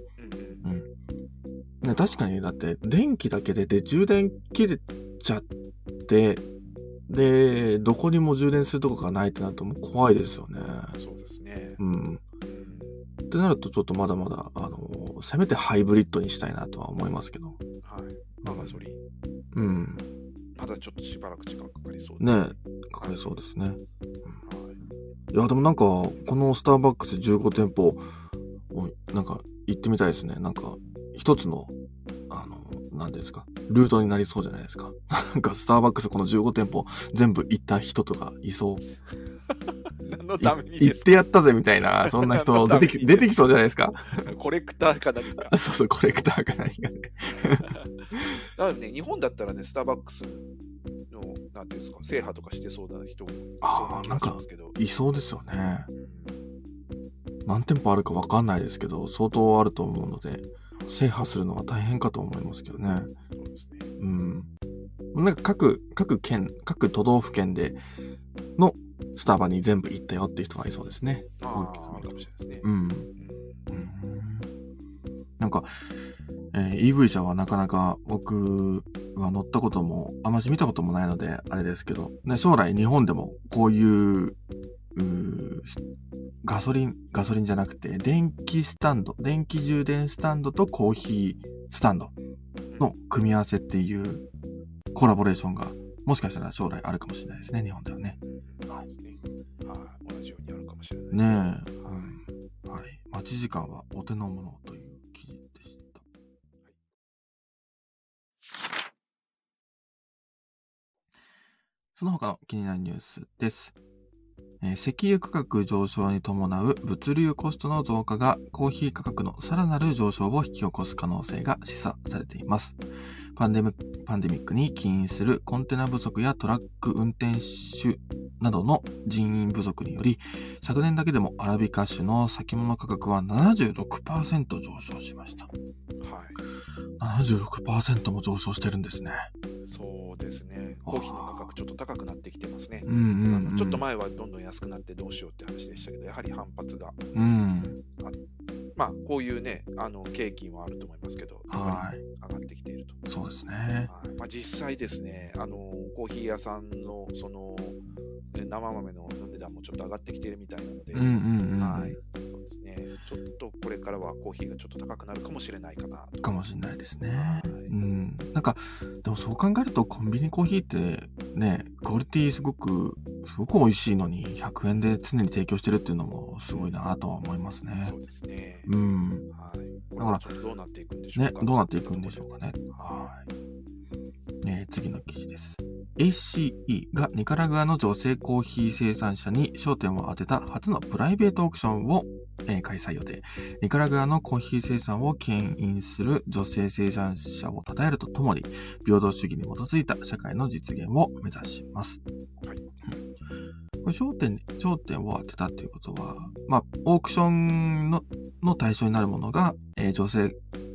確かに、だって電気だけで充電切れちゃって、で、どこにも充電するとこがないってなるともう怖いですよね。 そうですね。 で、 ってなるとちょっとまだまだ、せめてハイブリッドにしたいなとは思いますけど。 はい。まあガソリン。 うん。 まだちょっとしばらく時間かかりそうですね。かかりそうですね。はい。いや、でもなんか、このスターバックス15店舗、なんか行ってみたいですね。なんか、一つの、何ですか、ルートになりそうじゃないですか。なんか、スターバックスこの15店舗全部行った人とかいそう。 何のために行ってやったぜみたいな、そんな人出てきそうじゃないですか。 コレクターか何か。 そうそう、コレクターか何かね。 だからね、日本だったらね、スターバックスの、なんていうんですか、制覇とかしてそうな人もいそうな気がしますけど。 いそうですよね。何店舗あるか分かんないですけど、相当あると思うので、制覇するのは大変かと思いますけどね。 そうですね。 うん。なんか各県、各都道府県でのスタバに全部行ったよっていう人がいそうですね。 ああ、かもしれないですね。 うん。なんか、EV 車はなかなか僕は乗ったことも、あまし見たこともないので、あれですけど、ね、将来日本でもこういう、ガソリンじゃなくて、電気充電スタンドとコーヒースタンドの組み合わせっていうコラボレーションが、もしかしたら将来あるかもしれないですね、日本ではね。 はい。同じようにあるかもしれない。 ねえ。はい。待ち時間はお手の物という記事でした。その他の気になるニュースです。石油価格上昇に伴う物流コストの増加がコーヒー価格のさらなる上昇を引き起こす可能性が示唆されています。パンデミックに起因するコンテナ不足やトラック運転手などの人員不足により、昨年だけでもアラビカ種の先物価格は 76% 上昇しました。はい。76% も上昇してるんですね。 そうですね。コーヒーの価格ちょっと高くなってきてますね。 ちょっと前はどんどん安くなってどうしようって話でしたけど、やはり反発が。まあ、こういうね、景気もあると思いますけど、はい、上がってきていると。 そうですね。 まあ、実際ですね、コーヒー屋さんの、生豆の値段もちょっと上がってきているみたいなので、はい、そうですね。ちょっとこれからはコーヒーがちょっと高くなるかもしれないかなと。 かもしれないですね。なんか、でもそう考えるとコンビニコーヒーってね、クオリティすごく美味しいのに100円で常に提供してるっていうのもすごいなとは思いますね。 そうですね。 はい。だからちょっとどうなっていくんでしょうか。 ね、どうなっていくんでしょうかね。はい。次の記事です。ACE がニカラグアの女性コーヒー生産者に焦点を当てた初のプライベートオークションを開催予定。ニカラグアのコーヒー生産を牽引する女性生産者を称えるとともに、平等主義に基づいた社会の実現を目指します。はい。これ焦点を当てたということは、まあ、オークションの対象になるものが、女性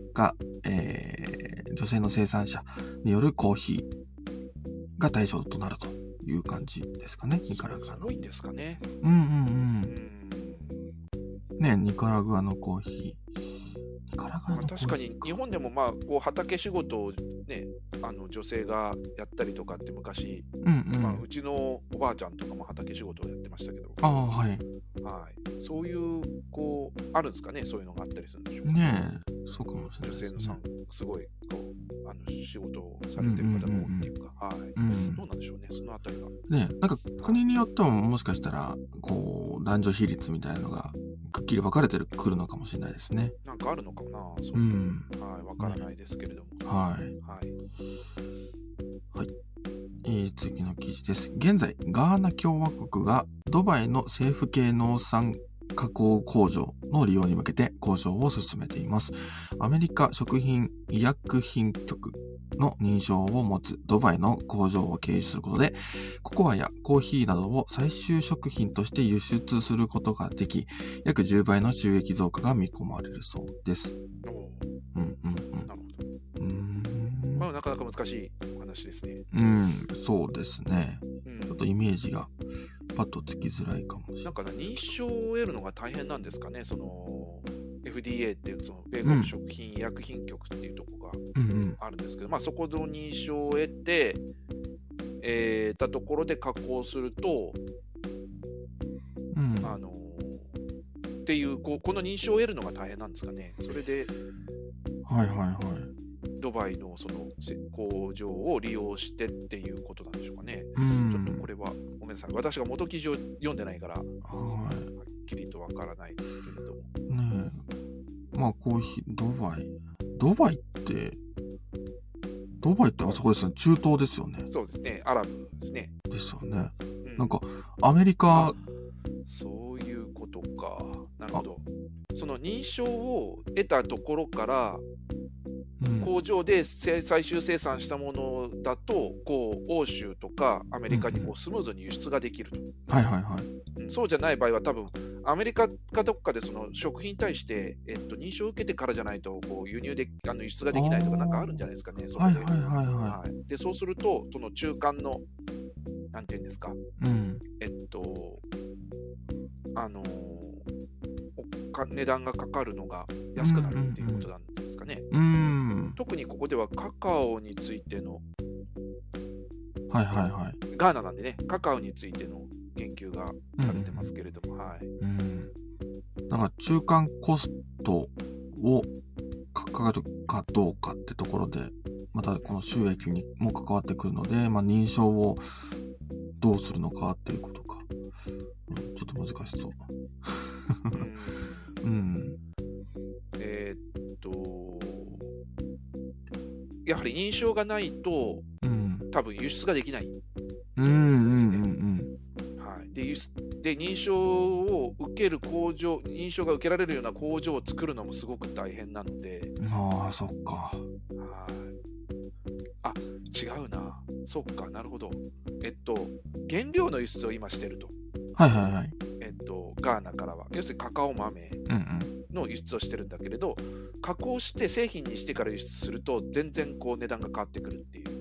の生産者によるコーヒーが対象となるという感じですかね、ニカラグアの。 多いんですかね。 ね、ニカラグアのコーヒー。 確かに日本でもまあこう畑仕事をね、女性がやったりとかって昔、うちのおばあちゃんとかも畑仕事をやってましたけど、はい、そういうこうあるんですかね、そういうのがあったりするんでしょうかね。 そうかもしれないですね。 女性のすごいこう仕事をされてる方が多いっていうか、どうなんでしょうね、そのあたりが。 ね、なんか国によってももしかしたらこう男女比率みたいなのがくっきり分かれてくるのかもしれないですね。 なんかあるのかな、そういうわからないですけれども。 次の記事です。現在、ガーナ共和国がドバイの政府系農産加工工場の利用に向けて交渉を進めています。アメリカ食品医薬品局の認証を持つドバイの工場を経由することで、ココアやコーヒーなどを最終食品として輸出することができ、約10倍の収益増加が見込まれるそうです。なるほど。 なかなか難しいお話ですね。 そうですね。ちょっとイメージがパッとつきづらいかもしれない。 なんか認証を得るのが大変なんですかね。その FDA っていうその米国食品医薬品局っていうところがあるんですけど、まあそこの認証を得て、たっていう、この認証を得るのが大変なんですかね。それで、 はいはいはい。 ドバイのその工場を利用してっていうことなんでしょうかね。ちょっとこれはごめんなさい。私が元記事を読んでないから、はっきりとわからないですけれども。 ねえ。まあコーヒー、ドバイってあそこですよね。中東ですよね。 そうですね。アラブですね。 ですよね。なんか、アメリカ。 そういうことか。なるほど。その認証を得たところから、工場で最終生産したものだと、こう欧州とかアメリカにこうスムーズに輸出ができると。 はいはいはい。 そうじゃない場合は多分アメリカかどっかでその食品に対して、認証を受けてからじゃないとこう輸出ができないとかなんかあるんじゃないですかね。 はいはいはいはい。 でそうするとその中間のなんていうんですか、値段がかかるのが安くなるっていうことなんですかね。特にここではカカオについての、 はいはいはい、 ガーナなんでね、カカオについての研究がされてますけれども、 だから中間コストをかかるかどうかってところで、またこの収益にも関わってくるので、認証をどうするのかっていうことか。ちょっと難しそう。 やはり認証がないと、多分輸出ができないですね。で認証を受ける工場、認証が受けられるような工場を作るのもすごく大変なので。 そっか。 違うな。そっか、なるほど。原料の輸出を今してると。 はいはいはい。 ガーナからは要するにカカオ豆の輸出をしてるんだけれど、加工して製品にしてから輸出すると全然こう値段が変わってくるっていう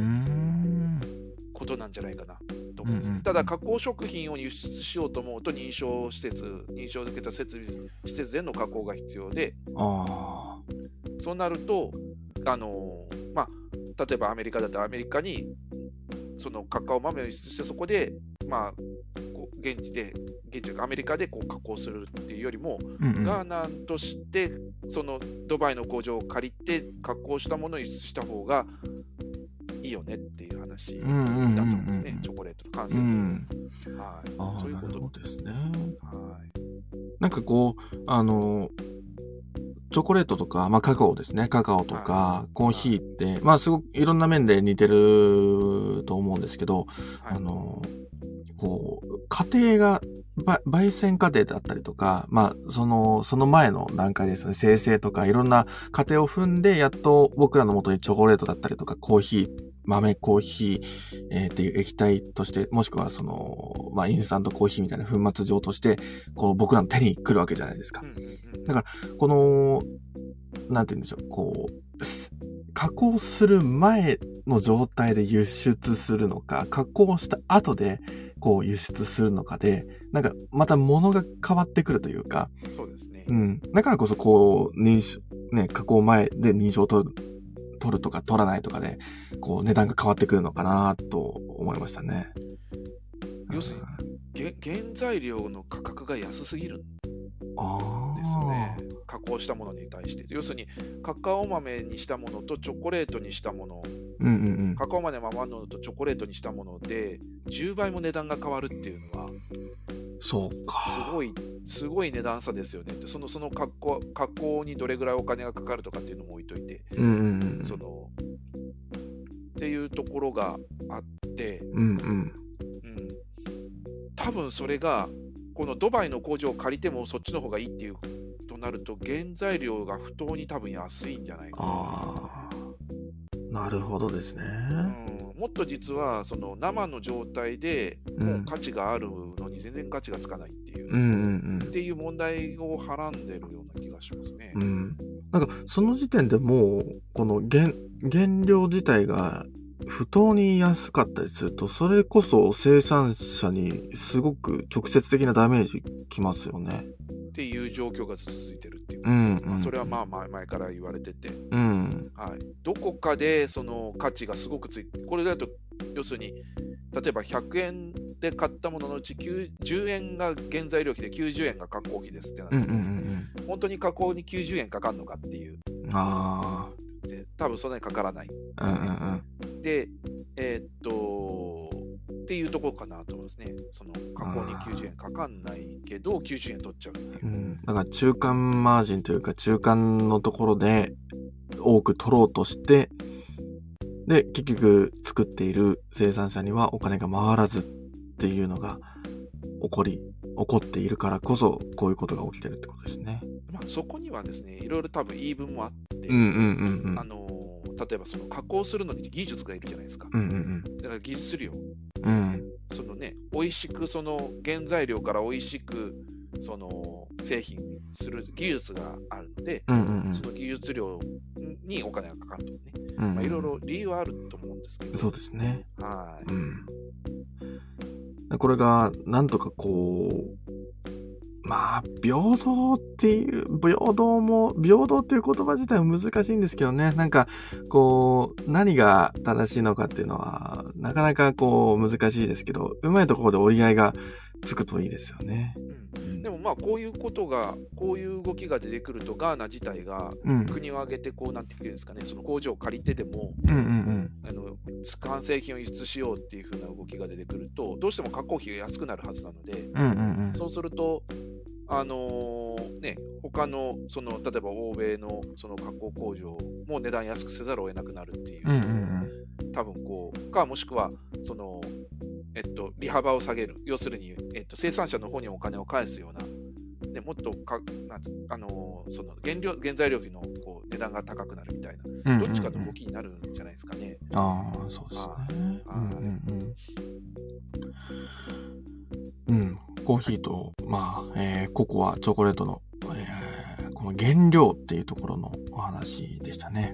ことなんじゃないかなと思いますね。ただ加工食品を輸出しようと思うと認証を受けた施設での加工が必要で、そうなると例えばアメリカだったらアメリカにそのカカオ豆を輸出して、そこで現地アメリカでこう加工するっていうよりも、ガーナとしてそのドバイの工場を借りて加工したものを輸出した方がいいよねっていう話だと思うんですね。チョコレートと関西そういうことですね。 なんかこうチョコレートとか、カカオですね。カカオとか、コーヒーって、すごくいろんな面で似てると思うんですけど、こう、過程が、焙煎過程だったりとか、その前の段階ですね、生成とかいろんな過程を踏んで、やっと僕らの元にチョコレートだったりとか、コーヒー、豆コーヒー、っていう液体として、もしくはインスタントコーヒーみたいな粉末状として、この僕らの手に来るわけじゃないですか。だから、この、なんて言うんでしょう、こう、加工する前の状態で輸出するのか、加工した後で、こう輸出するのかで、なんかまた物が変わってくるというか。 そうですね。 だからこそこう、加工前で認証を取るとか取らないとかで、こう値段が変わってくるのかなと思いましたね。 要するに、原材料の価格が安すぎるんですね。加工したものに対して。要するに、カカオ豆にしたものとチョコレートにしたもの、カカオ豆のままのとチョコレートにしたもので10倍も値段が変わるっていうのは、 そうか、 すごい値段差ですよね。その加工にどれぐらいお金がかかるとかっていうのも置いといて、っていうところがあって、多分それがこのドバイの工場を借りてもそっちの方がいいっていうとなると、原材料が不当に多分安いんじゃないかな。 なるほどですね。 もっと実はその生の状態でもう価値があるのに全然価値がつかないっていう、っていう問題をはらんでるような気がしますね。 なんかその時点でもうこの原料自体が不当に安かったりすると、それこそ生産者にすごく直接的なダメージきますよね。 っていう状況が続いてるっていう、それは前から言われてて、どこかでその価値がすごくついて、これだと要するに例えば100円で買ったもののうち10円が原材料費で90円が加工費ですってなる、本当に加工に90円かかるのかっていう。で多分そんなにかからない。で、っていうところかなと思いますね。その加工に90円かかんないけど90円取っちゃうっていう。 だから中間マージンというか中間のところで多く取ろうとして、で結局作っている生産者にはお金が回らずっていうのが起こっているからこそこういうことが起きてるってことですね。 そこにはですね、いろいろ多分言い分もあって、例えばその加工するのに技術がいるじゃないですか。だから技術量、そのね、美味しくその原材料から美味しくその製品にする技術があるので、その技術量にお金がかかるとかね、いろいろ理由はあると思うんですけど。 そうですね。 はい。 これがなんとかこう平等っていう言葉自体は難しいんですけどね。なんかこう何が正しいのかっていうのはなかなかこう難しいですけど、うまいところで折り合いがつくといいですよね。 でもこういう動きが出てくるとガーナ自体が国を挙げてこうなんていうんですかね、その工場を借りてでも完成品を輸出しようっていう風な動きが出てくると、どうしても加工費が安くなるはずなので、そうすると他のその例えば欧米のその加工工場も値段安くせざるを得なくなるっていう、多分こうか、もしくはその利幅を下げる、要するに生産者の方にお金を返すような、もっとその原材料費のこう値段が高くなるみたいな、どっちかの動きになるんじゃないですかね。 そうですね。コーヒーとココア、チョコレートの、この原料っていうところのお話でしたね。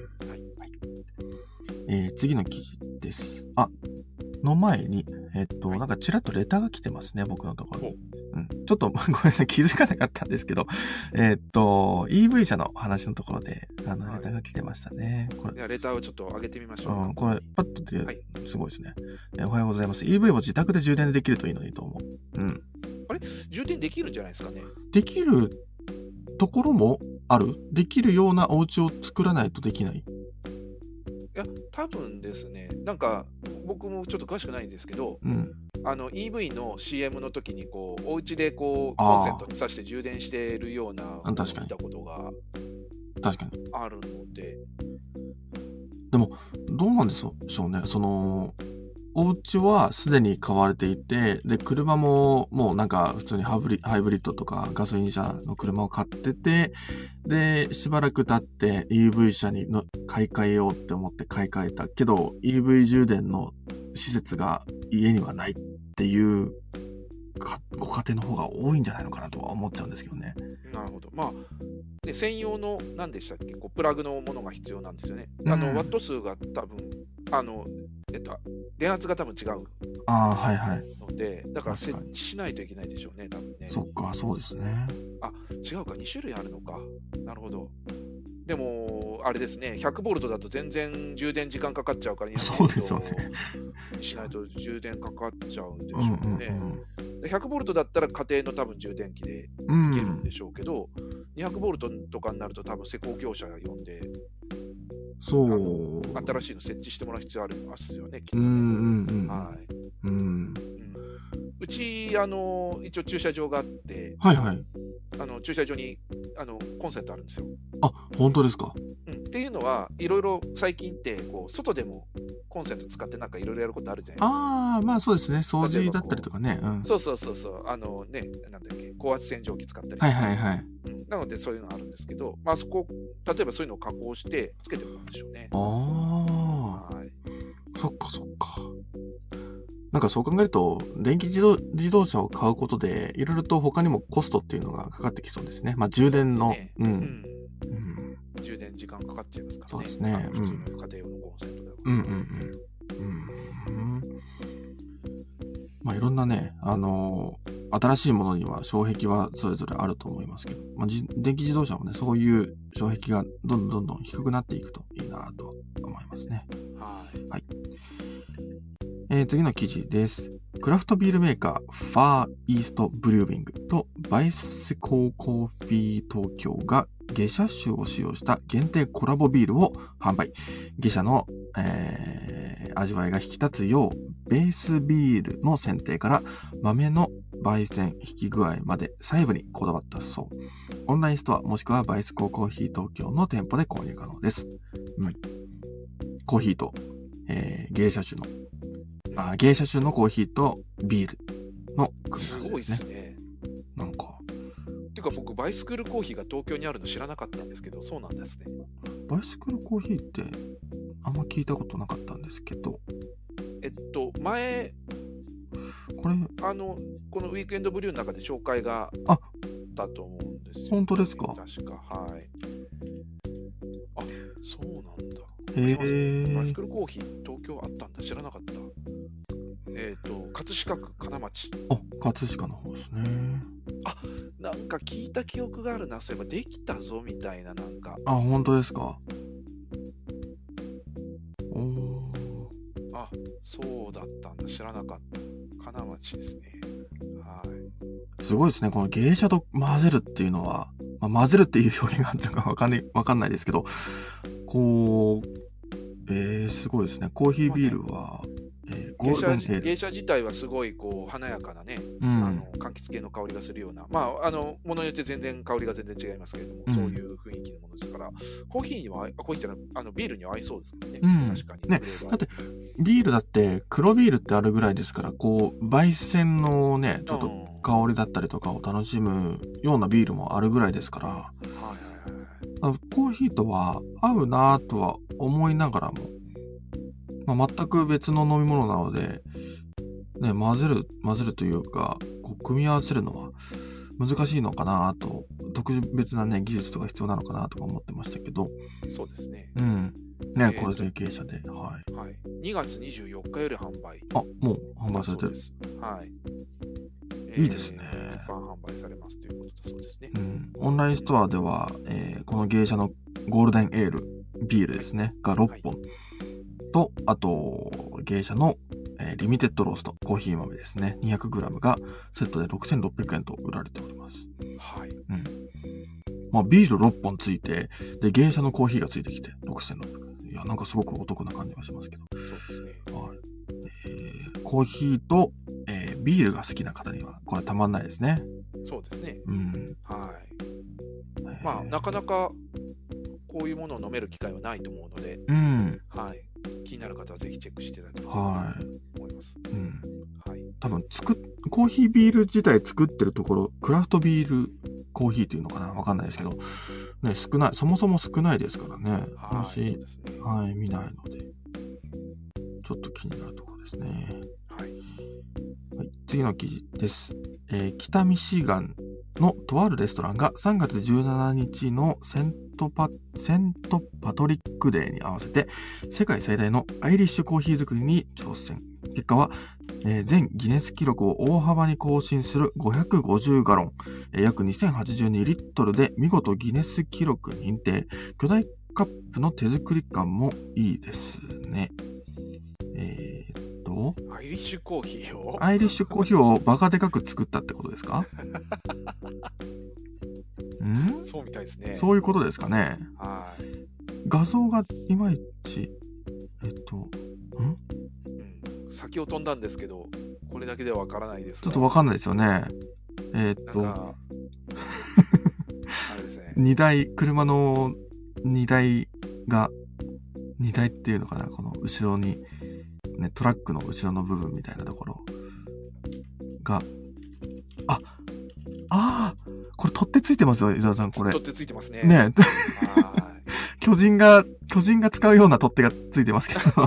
次の記事です。の前に、なんかちらっとレターが来てますね、僕のところに。ちょっとごめんなさい、気づかなかったんですけど、EV 車の話のところで、レターが来てましたね。 レターをちょっと上げてみましょう。 これ、パッとで、すごいですね。おはようございます。EV を自宅で充電できるといいのにと思う。 あれ充電できるんじゃないですかね。 できるところもある？できるようなお家を作らないとできない？ いや、多分ですね、なんか僕もちょっと詳しくないんですけど、EV の CM の時にこうお家でこうコンセントに挿して充電しているような見たことがあるので。 でもどうなんでしょうね。そのお家はすでに買われていて、で車ももうなんか普通にハイブリッドとかガソリン車の車を買ってて、でしばらく経って EV 車に買い替えようって思って買い替えたけど EV 充電の施設が家にはないっていうご家庭の方が多いんじゃないのかなとは思っちゃうんですけどね。 なるほど。専用の何でしたっけ、プラグのものが必要なんですよね。ワット数が多分電圧が多分違うので、だから設置しないといけないでしょうね、多分ね。 そっか、そうですね。 違うか、2種類あるのか。なるほど。でもあれですね、100ボルトだと全然充電時間かかっちゃうから、 そうですよね。 しないと充電かかっちゃうんでしょうね。100ボルトだったら家庭の多分充電器でいけるんでしょうけど、200ボルトとかになると多分施工業者呼んで、新しいの設置してもらう必要ありますよね、きっとね。うち一応駐車場があって、駐車場にコンセントあるんですよ。 本当ですか。 っていうのはいろいろ最近ってこう外でもコンセント使ってなんかいろいろやることあるじゃないですか。 そうですね。掃除だったりとかね。 そうなんだっけ、高圧洗浄機使ったりとか。なのでそういうのあるんですけど、そこ例えばそういうのを加工してつけてもらうんでしょうね。 そっか。なんかそう考えると電気自動車を買うことでいろいろと他にもコストっていうのがかかってきそうですね。充電の充電時間かかっちゃいますからね。 そうですね。 普通の家庭用のコンセントでは。 いろんなね、新しいものには障壁はそれぞれあると思いますけど、電気自動車もね、そういう障壁がどんどん低くなっていくといいなと思いますね。次の記事です。 クラフトビールメーカーファーイーストブリュービングとバイスコーコーヒー東京がゲシャ酒を使用した限定コラボビールを販売。ゲシャの、味わいが引き立つようベースビールの選定から豆の焙煎引き具合まで細部にこだわったそう。オンラインストアもしくはバイスコーコーヒー東京の店舗で購入可能です。コーヒーと、芸者種のコーヒーとビールの組み合わせですね。 すごいですね。 なんか。 てか僕バイスクールコーヒーが東京にあるの知らなかったんですけど、そうなんですね。 バイスクールコーヒーってあんま聞いたことなかったんですけど。 前これこのウィークエンドブリューの中で紹介があったと思うんですよ、ね。 本当ですか？ 確か、はい。あ、そうなんだ。バイスクールコーヒー東京あったんだ、知らなかった。葛飾区金町。 葛飾の方ですね。 なんか聞いた記憶があるな。そういえばできたぞみたいな、なんか。 本当ですか？ そうだったんだ、知らなかった。金町ですね。はい。 すごいですね。この芸者と混ぜるっていうのは、混ぜるっていう表現があったのかわかんないですけど、すごいですね。コーヒービールは、ゴールデンエール。 芸者自体はすごい華やかなね、柑橘系の香りがするような、ものによって香りが全然違いますけれども、そういう雰囲気のものですから、コーヒーには、コーヒーじゃない、ビールには合いそうですもんね。確かに。 ね、だって、ビールだって、黒ビールってあるぐらいですから、焙煎のね、ちょっと香りだったりとかを楽しむようなビールもあるぐらいですから、コーヒーとは合うなぁとは思いながらも、全く別の飲み物なので、ね、混ぜるというか、組み合わせるのは難しいのかなと、特別なね、技術とか必要なのかなとか思ってましたけど。 そうですね。 ね、これで芸者で。はい。 2月24日より販売。 もう販売されてる。 はい。 いいですね。 一般販売されますということだそうですね。 オンラインストアでは、この芸者のゴールデンエールビールですね、が6本。と、あと、芸者の、リミテッドロースト、コーヒー豆ですね。200g がセットで6600円と売られております。 はい。 ビール6本ついて、で、芸者のコーヒーがついてきて6600円。いや、なんかすごくお得な感じがしますけど。 そうですね。 はい。コーヒーと、ビールが好きな方には、これたまんないですね。 そうですね。はい。なかなか、こういうものを飲める機会はないと思うので、はい。気になる方はぜひチェックしていただければと思います。はい。 多分コーヒービール自体作ってるところ、クラフトビールコーヒーっていうのかな、わかんないですけど、ね、そもそも少ないですからね。見ないので、ちょっと気になるところですね。はい。次の記事です。北ミシガンのとあるレストランが3月17日のセントパトリックデーに合わせて世界最大のアイリッシュコーヒー作りに挑戦。結果は、全ギネス記録を大幅に更新する550ガロン、約2082リットルで見事ギネス記録認定。巨大カップの手作り感もいいですね。 アイリッシュコーヒーをバカでかく作ったってことですか？ そうみたいですね。 そういうことですかね。 はい。 画像がいまいち、 先を飛んだんですけど、これだけではわからないです。 ちょっとわかんないですよね。あれですね。車の荷台っていうのかな、この後ろに、ね、トラックの後ろの部分みたいなところが、これ取っ手ついてますよ、伊沢さん、これ。 取っ手ついてますね。 ね巨人が使うような取っ手がついてますけど。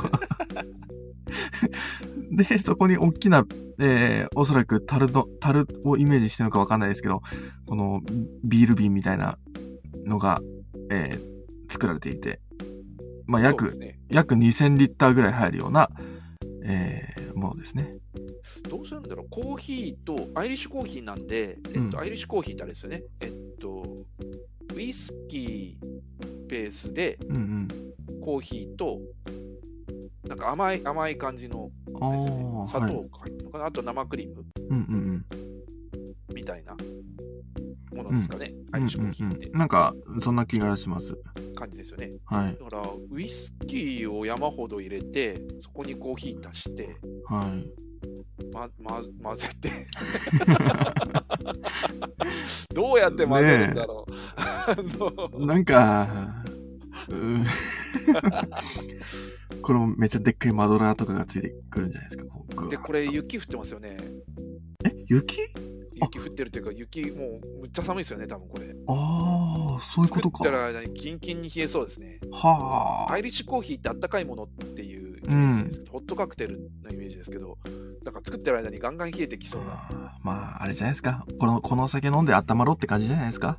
で、そこに大きな、おそらく樽をイメージしてるのかわかんないですけど、このビール瓶みたいなのが、作られていて、約2000リッターぐらい入るような、ものですね。 どうするんだろう。コーヒーとアイリッシュコーヒーなんで、アイリッシュコーヒーってあれですよね。ウイスキーベースで、コーヒーとなんか甘い感じのですね。砂糖が入ってるのかな、あと生クリーム、みたいなものですかね、アイリッシュコーヒーって。 なんかそんな気がします。 感じですよね。 はい。 だからウイスキーを山ほど入れて、そこにコーヒー足して、 はい。 混ぜてどうやって混ぜるんだろう。なんかこれもめっちゃでっかいマドラーとかがついてくるんじゃないですか。 で、これ雪降ってますよね。 雪降ってるというか、もうむっちゃ寒いですよね、多分これ。 ああ、そういうことか。 作ってる間にキンキンに冷えそうですね。 はあ。 アイリッシュコーヒーってあったかいものっていうイメージですけど、ホットカクテルのイメージですけど、だから作ってる間にガンガン冷えてきそうな。 まあ、あれじゃないですか。このお酒飲んで温まろうって感じじゃないですか。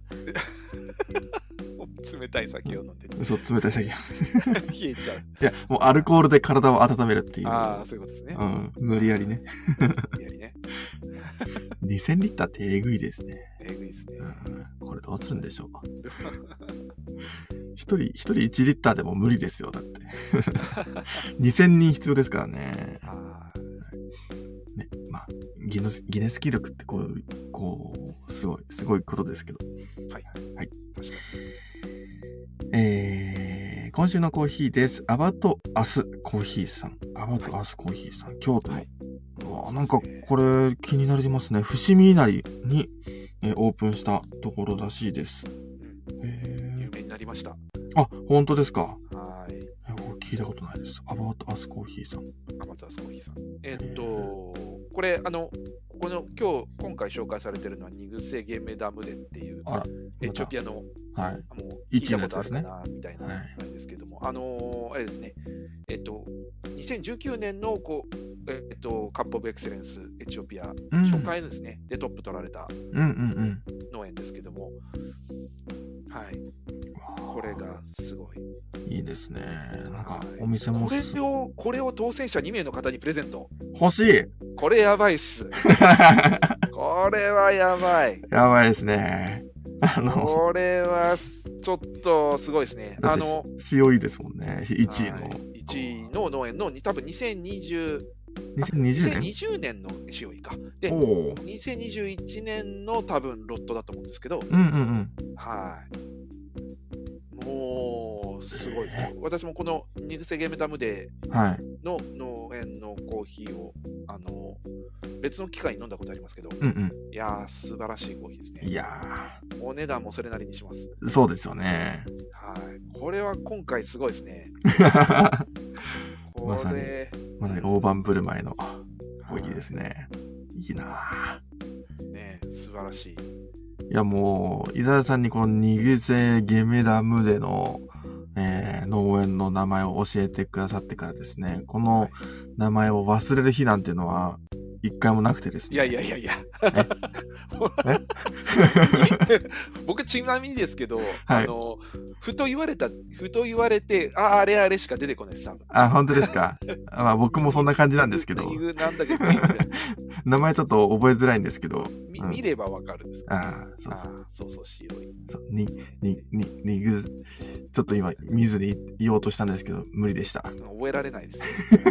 冷たい酒を飲んで。 そう、冷たい酒を。 冷えちゃう。 いや、もうアルコールで体を温めるっていう。 ああ、そういうことですね。 無理やりね。 無理やりね。 2000リッターってえぐいですね。 えぐいですね。 これどうするんでしょう。一人1リッターでも無理ですよ、だって。2000人必要ですからね。ね、まあ、ギネス記録ってこう、すごいことですけど。 はい。 はい。 確かに。今週のコーヒーです。アバトアスコーヒーさん。京都の。なんかこれ気になりますね。伏見稲荷に、オープンしたところらしいです。 有名になりました。 あ、本当ですか。 はい。 聞いたことないです。アバトアスコーヒーさん。 これ今回紹介されてるのはニグセゲメダムデっていうエチオピアの、もう聞いたことあるかなみたいななんですけども、あれですね、2019年のカップオブエクセレンスエチオピア、初回ですねでトップ取られた農園ですけども、はい、これがすごいいいですね。なんかお店もこれを当選者2名の方にプレゼント。 欲しい。 これやばいっす。これはやばい。 やばいですね。 これはちょっとすごいですね。 塩いいですもんね。1 位の農園の多分2020年の塩いか。で、2021年の多分ロットだと思うんですけど、はい。もうすごいです。私もこのニグセゲメダムデの農園のコーヒーを別の機会に飲んだことありますけど、いやー素晴らしいコーヒーですね。 いやーお値段もそれなりにします。 そうですよね。 はい。これは今回すごいですね。 まさに大盤振る舞いのコーヒーですね。いいなー。ね、素晴らしい。 いやもう伊沢さんにこのニグセゲメダムデの、農園の名前を教えてくださってからですね、この名前を忘れる日なんていうのは一回もなくてですね。 いや。僕ちなみにですけど、ふと言われて、あれしか出てこないです。 あ、本当ですか。まあ僕もそんな感じなんですけど。 なんだけど名前ちょっと覚えづらいんですけど。 見ればわかるんですか。そう白い。 ちょっと今見ずに言おうとしたんですけど無理でした。 覚えられないです。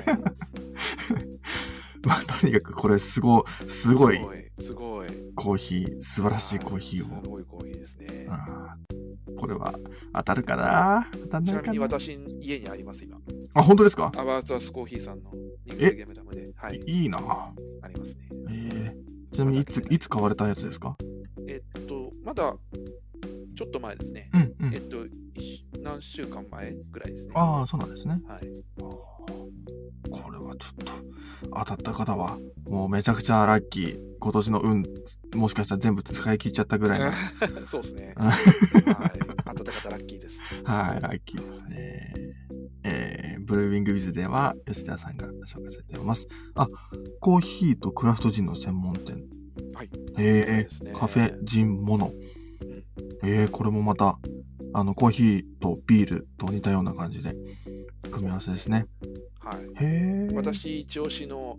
まあとにかくこれすごいコーヒー、素晴らしいコーヒーを。 すごいコーヒーですね。 これは当たるかな。当たんないかな。 ちなみに私家にあります今。 あ、本当ですか。 アバートアスコーヒーさんのニグセゲメダムで、はい。 いいな。 ありますね。 ちなみにいつ買われたやつですか。 まだちょっと前ですね。何週間前ぐらいですね。 ああ、そうなんですね。 はい。 これはちょっと当たった方はもうめちゃくちゃラッキー。今年の運もしかしたら全部使い切っちゃったぐらいの。 そうですね。はい。当たった方ラッキーです。 はい、ラッキーですね。ブルーウィングビズでは吉田さんが紹介されています。コーヒーとクラフトジンの専門店。 はい。 カフェジンモノ。これもまたコーヒーとビールと似たような感じで組み合わせですね。 はい。私一押しの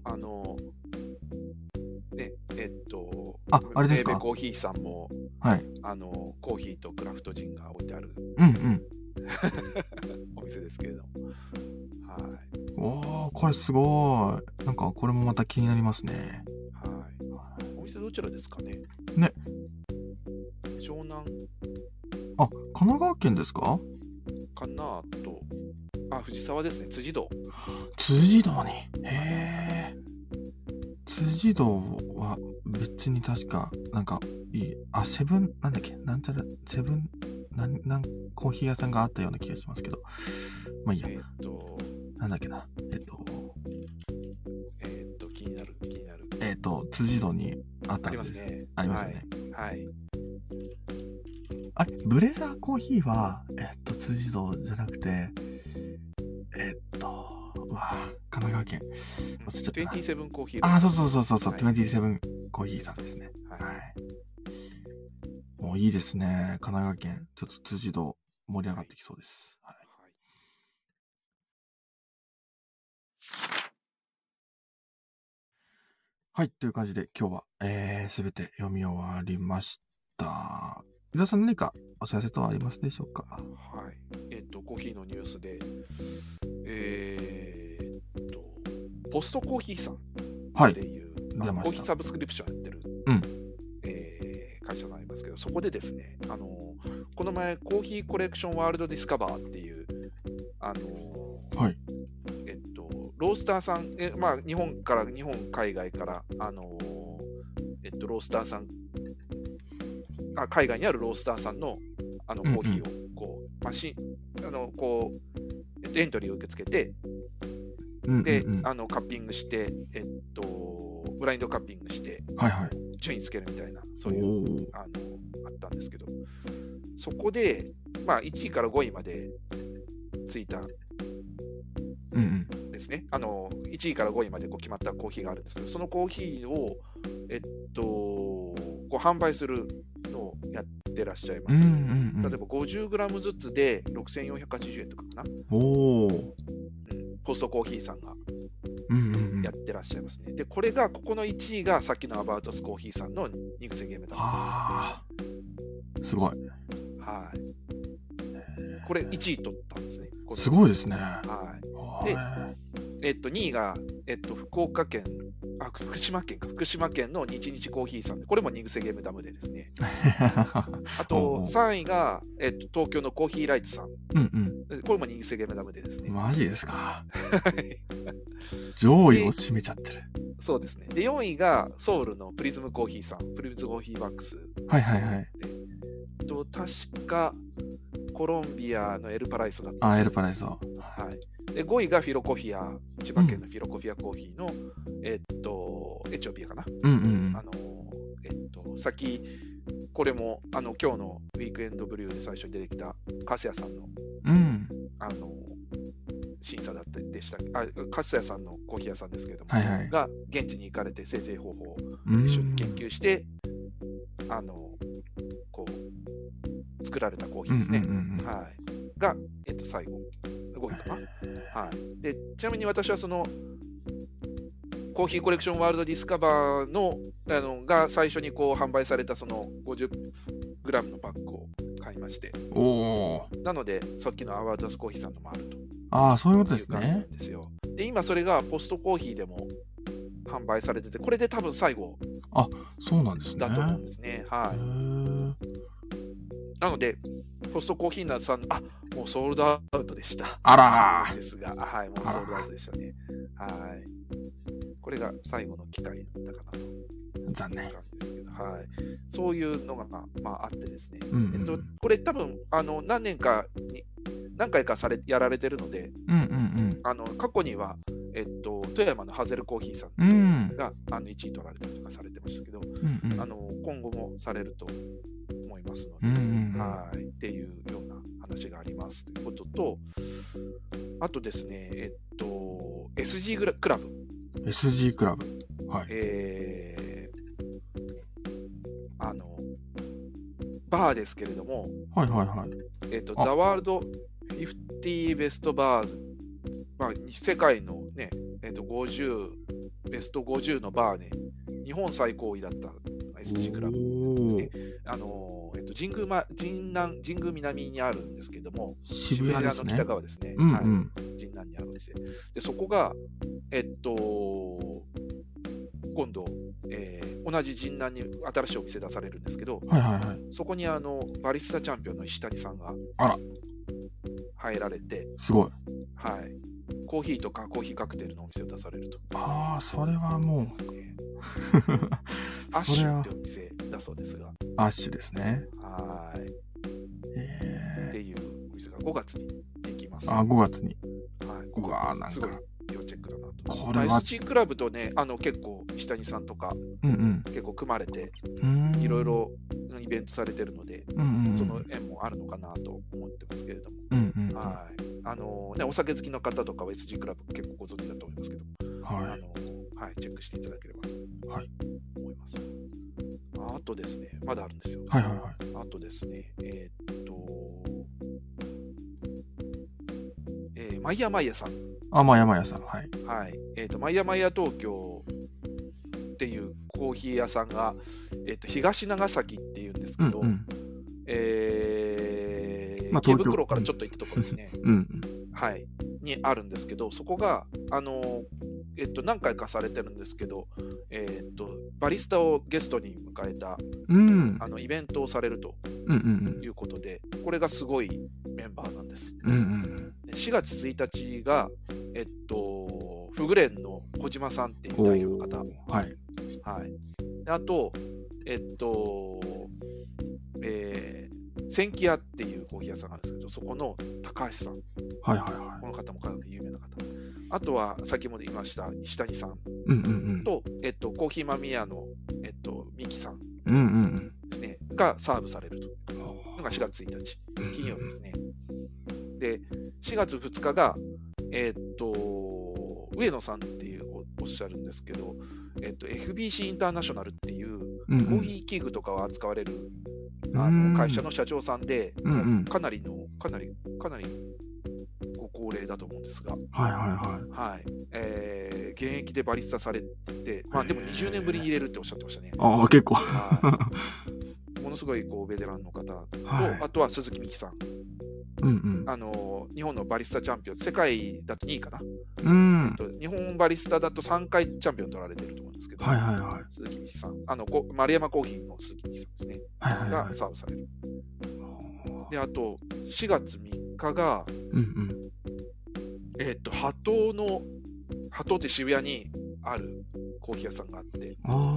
あれですか。 ベコーヒーさんも、 はい。 コーヒーとクラフトジンが置いてある。お店ですけれども。はい。 おー、これすごい。なんかこれもまた気になりますね。 はい。お店どちらですかね。 ね。 湘南。 あ、神奈川県ですか？ かなと。あ、藤沢ですね。辻堂。 辻堂に。へー。辻堂は別に確か、なんか、セブン、なんだっけ、なんちゃら、セブン、コーヒー屋さんがあったような気がしますけど。まあいいや。なんだっけな。 気になる。 辻堂にあったんです。ありますね。 はい。 あれ、ブレザーコーヒーは、辻堂じゃなくて、神奈川県。忘れちゃったな。 27コーヒー。 あ、そう、27コーヒーさんですね。はい。もういいですね。神奈川県。ちょっと辻堂盛り上がってきそうです。はい。はい。という感じで今日は、すべて読み終わりました。伊沢さん何かお知らせ等ありますでしょうか？ はい。コーヒーのニュースで、ポストコーヒーさんっていう、コーヒーサブスクリプションやってる、会社がありますけど、そこでですね、この前、コーヒーコレクションワールドディスカバーっていう、ロースターさん、日本海外から、ロースターさん、海外にあるロースターさんの、コーヒーをこうエントリーを受け付けて、で、カッピングして、ブラインドカッピングして、順位つけるみたいな、そういうあったんですけど、そこで、1位から5位までついたですね。1位から5位まで決まったコーヒーがあるんですけど、そのコーヒーを、販売するのをやってらっしゃいます。例えば 50g ずつで6480円とかかな。ポストコーヒーさんがやってらっしゃいますね。で、ここの1位がさっきのアバウトスコーヒーさんのニグセゲームだ。 すごい。 はい。これ1位取ったんですね。 すごいですね。 はい。で、2位が、福島県の日々コーヒーさんで、これもニグセゲームダムでですね。あと、3位が、東京のコーヒーライツさん。これもニグセゲームダムでですね。 マジですか。上位を占めちゃってる。 そうですね。で、4位がソウルのプリズムコーヒーさん。プリズムコーヒーバックス。確か、コロンビアのエルパライソだった。 エルパライソ。 はい。で、5位がフィロコフィア、千葉県のフィロコフィアコーヒーの、エチオピアかな。さっき、これも、今日のウィークエンドブリューで最初に出てきた、カスヤさんの、審査だったでした。カスヤさんのコーヒー屋さんですけれども、が、現地に行かれて生成方法を一緒に研究して、作られたコーヒーですね。が、最後、5位かな。はい。で、ちなみに私はその、コーヒーコレクションワールドディスカバーの、が最初に販売されたその 50g のパックを買いまして。なので、さっきのアワードスコーヒーさんのもあると。 そういうことですね。 で、今それがポストコーヒーでも販売されてて、これで多分最後。 そうなんですね。 だと思うんですね。はい。なので、ポストコーヒーさん、もうソールドアウトでした。ですが、はい、もうソールドアウトでしたね。はい。これが最後の機会だったかなと。 残念。 感じですけど、はい。そういうのが、あってですね。これ多分、何回かやられてるので、過去には、富山のハゼルコーヒーさんが、1位取られたりとかされてましたけど、今後もされると思いますので、はい、っていうような話がありますということと、あとですね、SG クラブ。 SG クラブ。はい。 バーですけれども、ザワールド50ベストバーズ、世界のね、ベスト50のバーね、日本最高位だった SG クラブですね。神宮南にあるんですけども、 渋谷の北側ですね。神南にあるん店で、そこが今度、同じ神南に新しいお店出されるんですけど、 はいはいはい、 そこにバリスタチャンピオンの石谷さんが入られて、 すごい、 はい、コーヒーとかコーヒーカクテルのお店を出されると。 ああ、それはもうアッシュってお店だそうですが、 アッシュですね。 はい、っていうお店が5月にできます。 あ、5月に。 はい、 うわー、なんすごいか要チェックだなと。 これは、 SG クラブとね、結構石谷さんとか、結構組まれて、いろいろイベントされてるので、その縁もあるのかなと思ってますけれども、はい、ね、お酒好きの方とかは SG クラブ結構ご存知だと思いますけど、はい、はい、チェックしていただければと思います。あとですね、まだあるんですよ。 はいはいはい。 あとですね、マイヤマイヤさん。 マイヤマイヤさん。はい。 はい。マイヤマイヤ東京っていうコーヒー屋さんが、東長崎っていうんですけど、池袋からちょっと行くところですね。はい。にあるんですけど、そこが、何回かされてるんですけど、バリスタをゲストに迎えた、イベントをされるということで、これがすごいメンバーなんです。4月1日が、フグレンの小島さんっていう代表の方。はい。はい。あと、千木屋っていうコーヒー屋さんがあるんですけど、そこの高橋さん。はいはいはい。この方もかなり有名な方。あとは、先ほど言いました、石谷さんと、コーヒーマミヤの、ミキさん、ね、がサーブされるというのが4月1日、金曜日ですね。で、4月2日が、上野さんっていうおっしゃるんですけど、FBC インターナショナルっていう、コーヒー器具とかを扱われる会社の社長さんで、かなりご高齢だと思うんですが、現役でバリスタされて、でも20年ぶりに入れるっておっしゃってましたね。 結構ものすごいベテランの方と、あとは鈴木美希さん、日本のバリスタチャンピオン、世界だと2位かな、日本バリスタだと3回チャンピオン取られてると思うんですけど、鈴木美希さん、丸山コーヒーの鈴木美希さんですね、がサーブされる。で、あと4月3日が、ハトって渋谷にあるコーヒー屋さんがあって、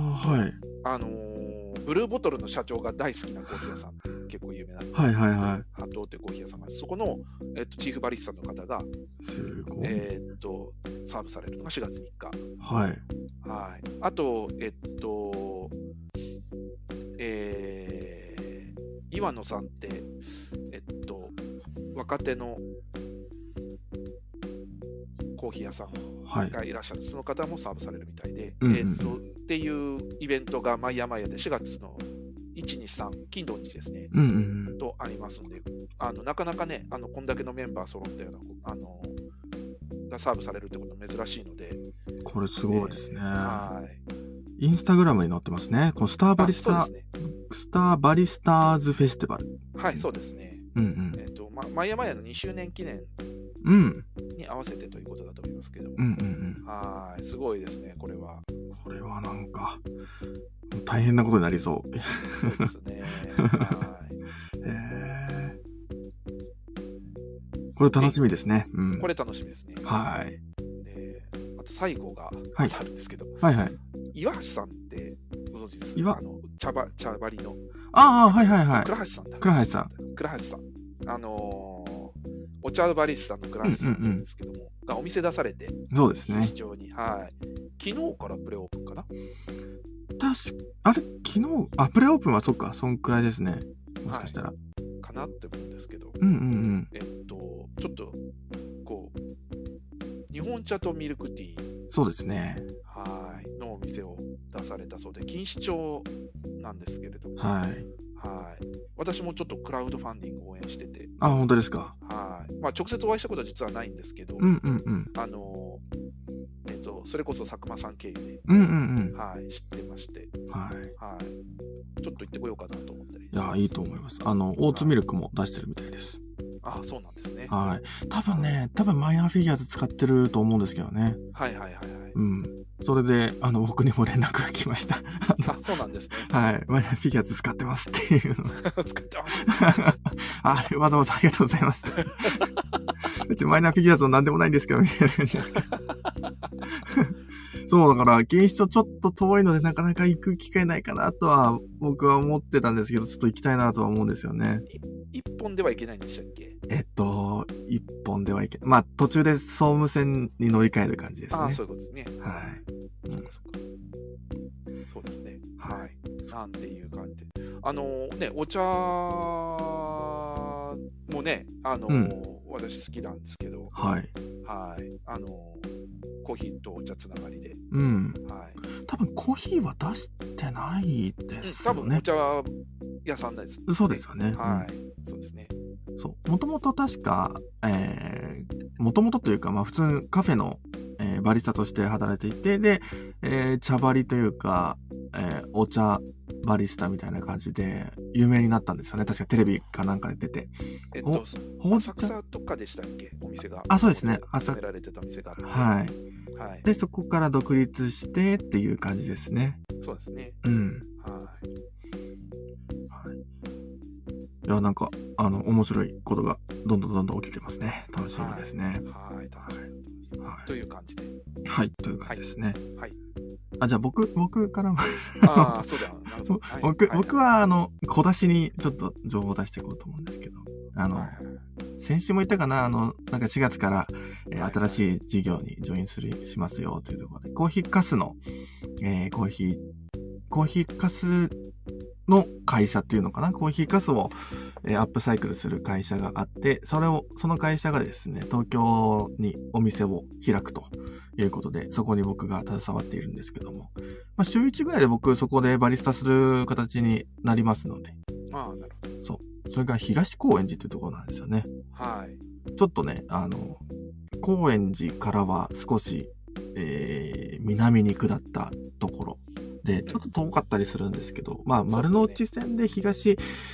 ブルーボトルの社長が大好きなコーヒー屋さん、結構有名な、ハトってコーヒー屋さんがあって、そこの、チーフバリスタの方がサーブされるのが4月3日。あと、岩野さんって、若手のコーヒー屋さんがいらっしゃる、その方もサーブされるみたいで、っていうイベントがマイヤマイヤで4月の1、2、3、金土日ですね、とありますので、なかなかね、こんだけのメンバー揃ったような、がサーブされるってことは珍しいので、 これすごいですね。インスタグラムに載ってますね。このスターバリスタ、スターバリスターズフェスティバル。 はい、そうですね。マイヤマイヤの2周年記念に合わせてということだと思いますけども、すごいですね、これは。 これはなんか大変なことになりそう。 そうですね。 これ楽しみですね。 これ楽しみですね。 はい。 で、あと最後があるんですけど、岩橋さんってご存知ですか？茶張りの。倉橋さんだ。倉橋さん。お茶バリスタの倉橋さんなんですけども、がお店出されて、 そうですね。 非常に、昨日からプレオープンかな？ あれ昨日、プレオープンはそっか、そんくらいですね。もしかしたら。 かなって思うんですけど、ちょっと、日本茶とミルクティー。 そうですね。 のお店を出されたそうで、錦糸町なんですけれども、私もちょっとクラウドファンディングを応援してて。 本当ですか。 直接お会いしたことは実はないんですけど、それこそ佐久間さん経由で、知ってまして、ちょっと行ってこようかなと思ったり。 いいと思います。オーツミルクも出してるみたいです。 あ、そうなんですね。 はい。多分マイナーフィギュアーズ使ってると思うんですけどね。 はいはいはいはい。 うん。それで、僕にも連絡が来ました。 あ、そうなんですね。 はい。マイナーフィギュアーズ使ってますっていうの。 使ってます。 わざわざありがとうございます。別にマイナーフィギュアーズは何でもないんですけど、みたいな感じですけど。そう、だから、錦糸町ちょっと遠いのでなかなか行く機会ないかなとは、僕は思ってたんですけど、ちょっと行きたいなとは思うんですよね。 一本ではいけないんでしたっけ？ 一本ではいけない。まあ、途中で総務線に乗り換える感じですね。 ああ、そういうことですね。 はい。 そうかそうか。そうですね。はい。なんていう感じで。ね、お茶もね、私好きなんですけど、 はい。 はい。コーヒーとお茶つながりで。 うん。 はい。 多分コーヒーは出してないですよね。 多分お茶屋さんです、ね。 そうですよね。 はい。そうですね。 そう。もともと確か、もともとというか、まあ普通カフェの、バリスタとして働いていて、で、茶バリというか、お茶バリスタみたいな感じで有名になったんですよね。確かテレビかなんかで出て。 浅草とかでしたっけ？お店が。 あ、そうですね。 始められてた店があって。 はい。はい。で、そこから独立してっていう感じですね。 そうですね。 うん。はい。いや、なんか、面白いことがどんどん起きてますね。楽しみですね。はい。 はい。という感じで。 はい、という感じですね。 はい。 あ、じゃあ僕からもああ、そうだ。なるほど。 僕は、小出しにちょっと情報を出していこうと思うんですけど、先週も言ったかな、なんか4月から、新しい事業にジョインしますよというところで、コーヒーかすの、コーヒーかすの会社っていうのかな、コーヒーかすを、アップサイクルする会社があって、その会社がですね、東京にお店を開くということで、そこに僕が携わっているんですけども、まあ、週1ぐらいで僕そこでバリスタする形になりますので。 ああ、なるほど。 そう。それが東高円寺というところなんですよね。 はい。 ちょっとね、高円寺からは少し、南に下ったところで、ちょっと遠かったりするんですけど、まあ、丸の内線で東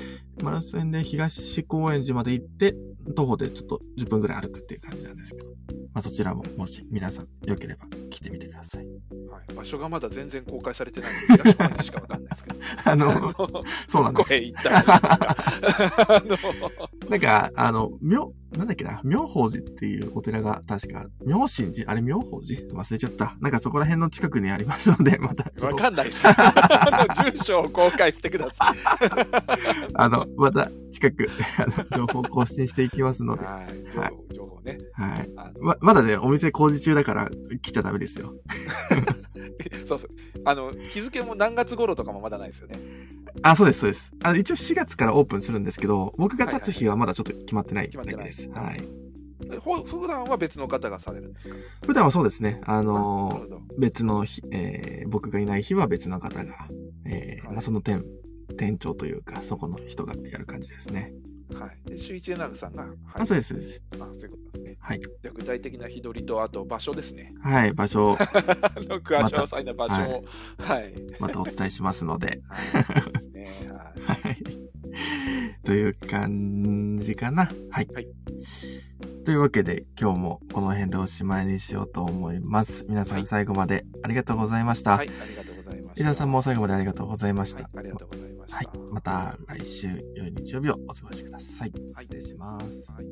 高円寺まで行って、徒歩でちょっと10分ぐらい歩くっていう感じなんですけど、まあそちらももし皆さん良ければ来てみてください。 はい。場所がまだ全然公開されてないので、東高円寺しかわかんないですけど。 そうなんです。 こへ行ったらなんか、なんだっけな、妙法寺っていうお寺が確か、妙心寺あれ妙法寺忘れちゃった。なんかそこら辺の近くにありますので、また。 わかんないです。住所を公開してください。 また近く、情報更新していきますので。 はい。情報ね。 はい。まだね、お店工事中だから来ちゃダメですよ。 そうそう。日付も何月頃とかもまだないですよね。 あ、そうです、そうです。一応4月からオープンするんですけど、僕が立つ日はまだちょっと決まってないだけです。はい。 普段は別の方がされるんですか？ 普段はそうですね。別の日、僕がいない日は別の方が、まあ、その店長というか、そこの人がやる感じですね。 はい。で、週一でなぐさんが、 あ、そうです、そうです。 あ、そういうことですね。 はい。 じゃあ具体的な日取りと、あと場所ですね。 はい、場所。 詳細な場所を、はい。 またお伝えしますので。 はい。そうですね。 はい。という感じかな。はい。というわけで、今日もこの辺でおしまいにしようと思います。皆さん最後までありがとうございました。 はい、ありがとうございました。 伊沢さんも最後までありがとうございました。 ありがとうございました。 はい。また来週、良い日曜日をお過ごしください。失礼します。はい。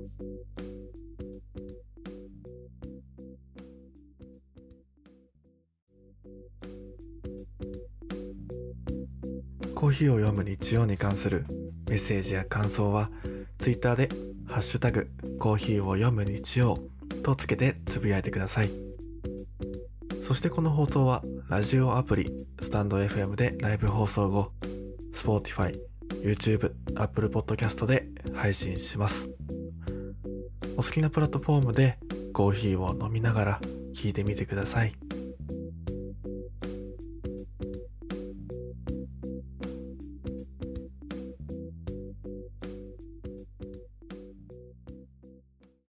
コーヒーを読む日曜に関するメッセージや感想は、ツイッターでハッシュタグコーヒーを読む日曜とつけてつぶやいてください。そしてこの放送はラジオアプリスタンド FM でライブ放送後、Spotify、YouTube、Apple Podcast で配信します。お好きなプラットフォームでコーヒーを飲みながら聞いてみてください。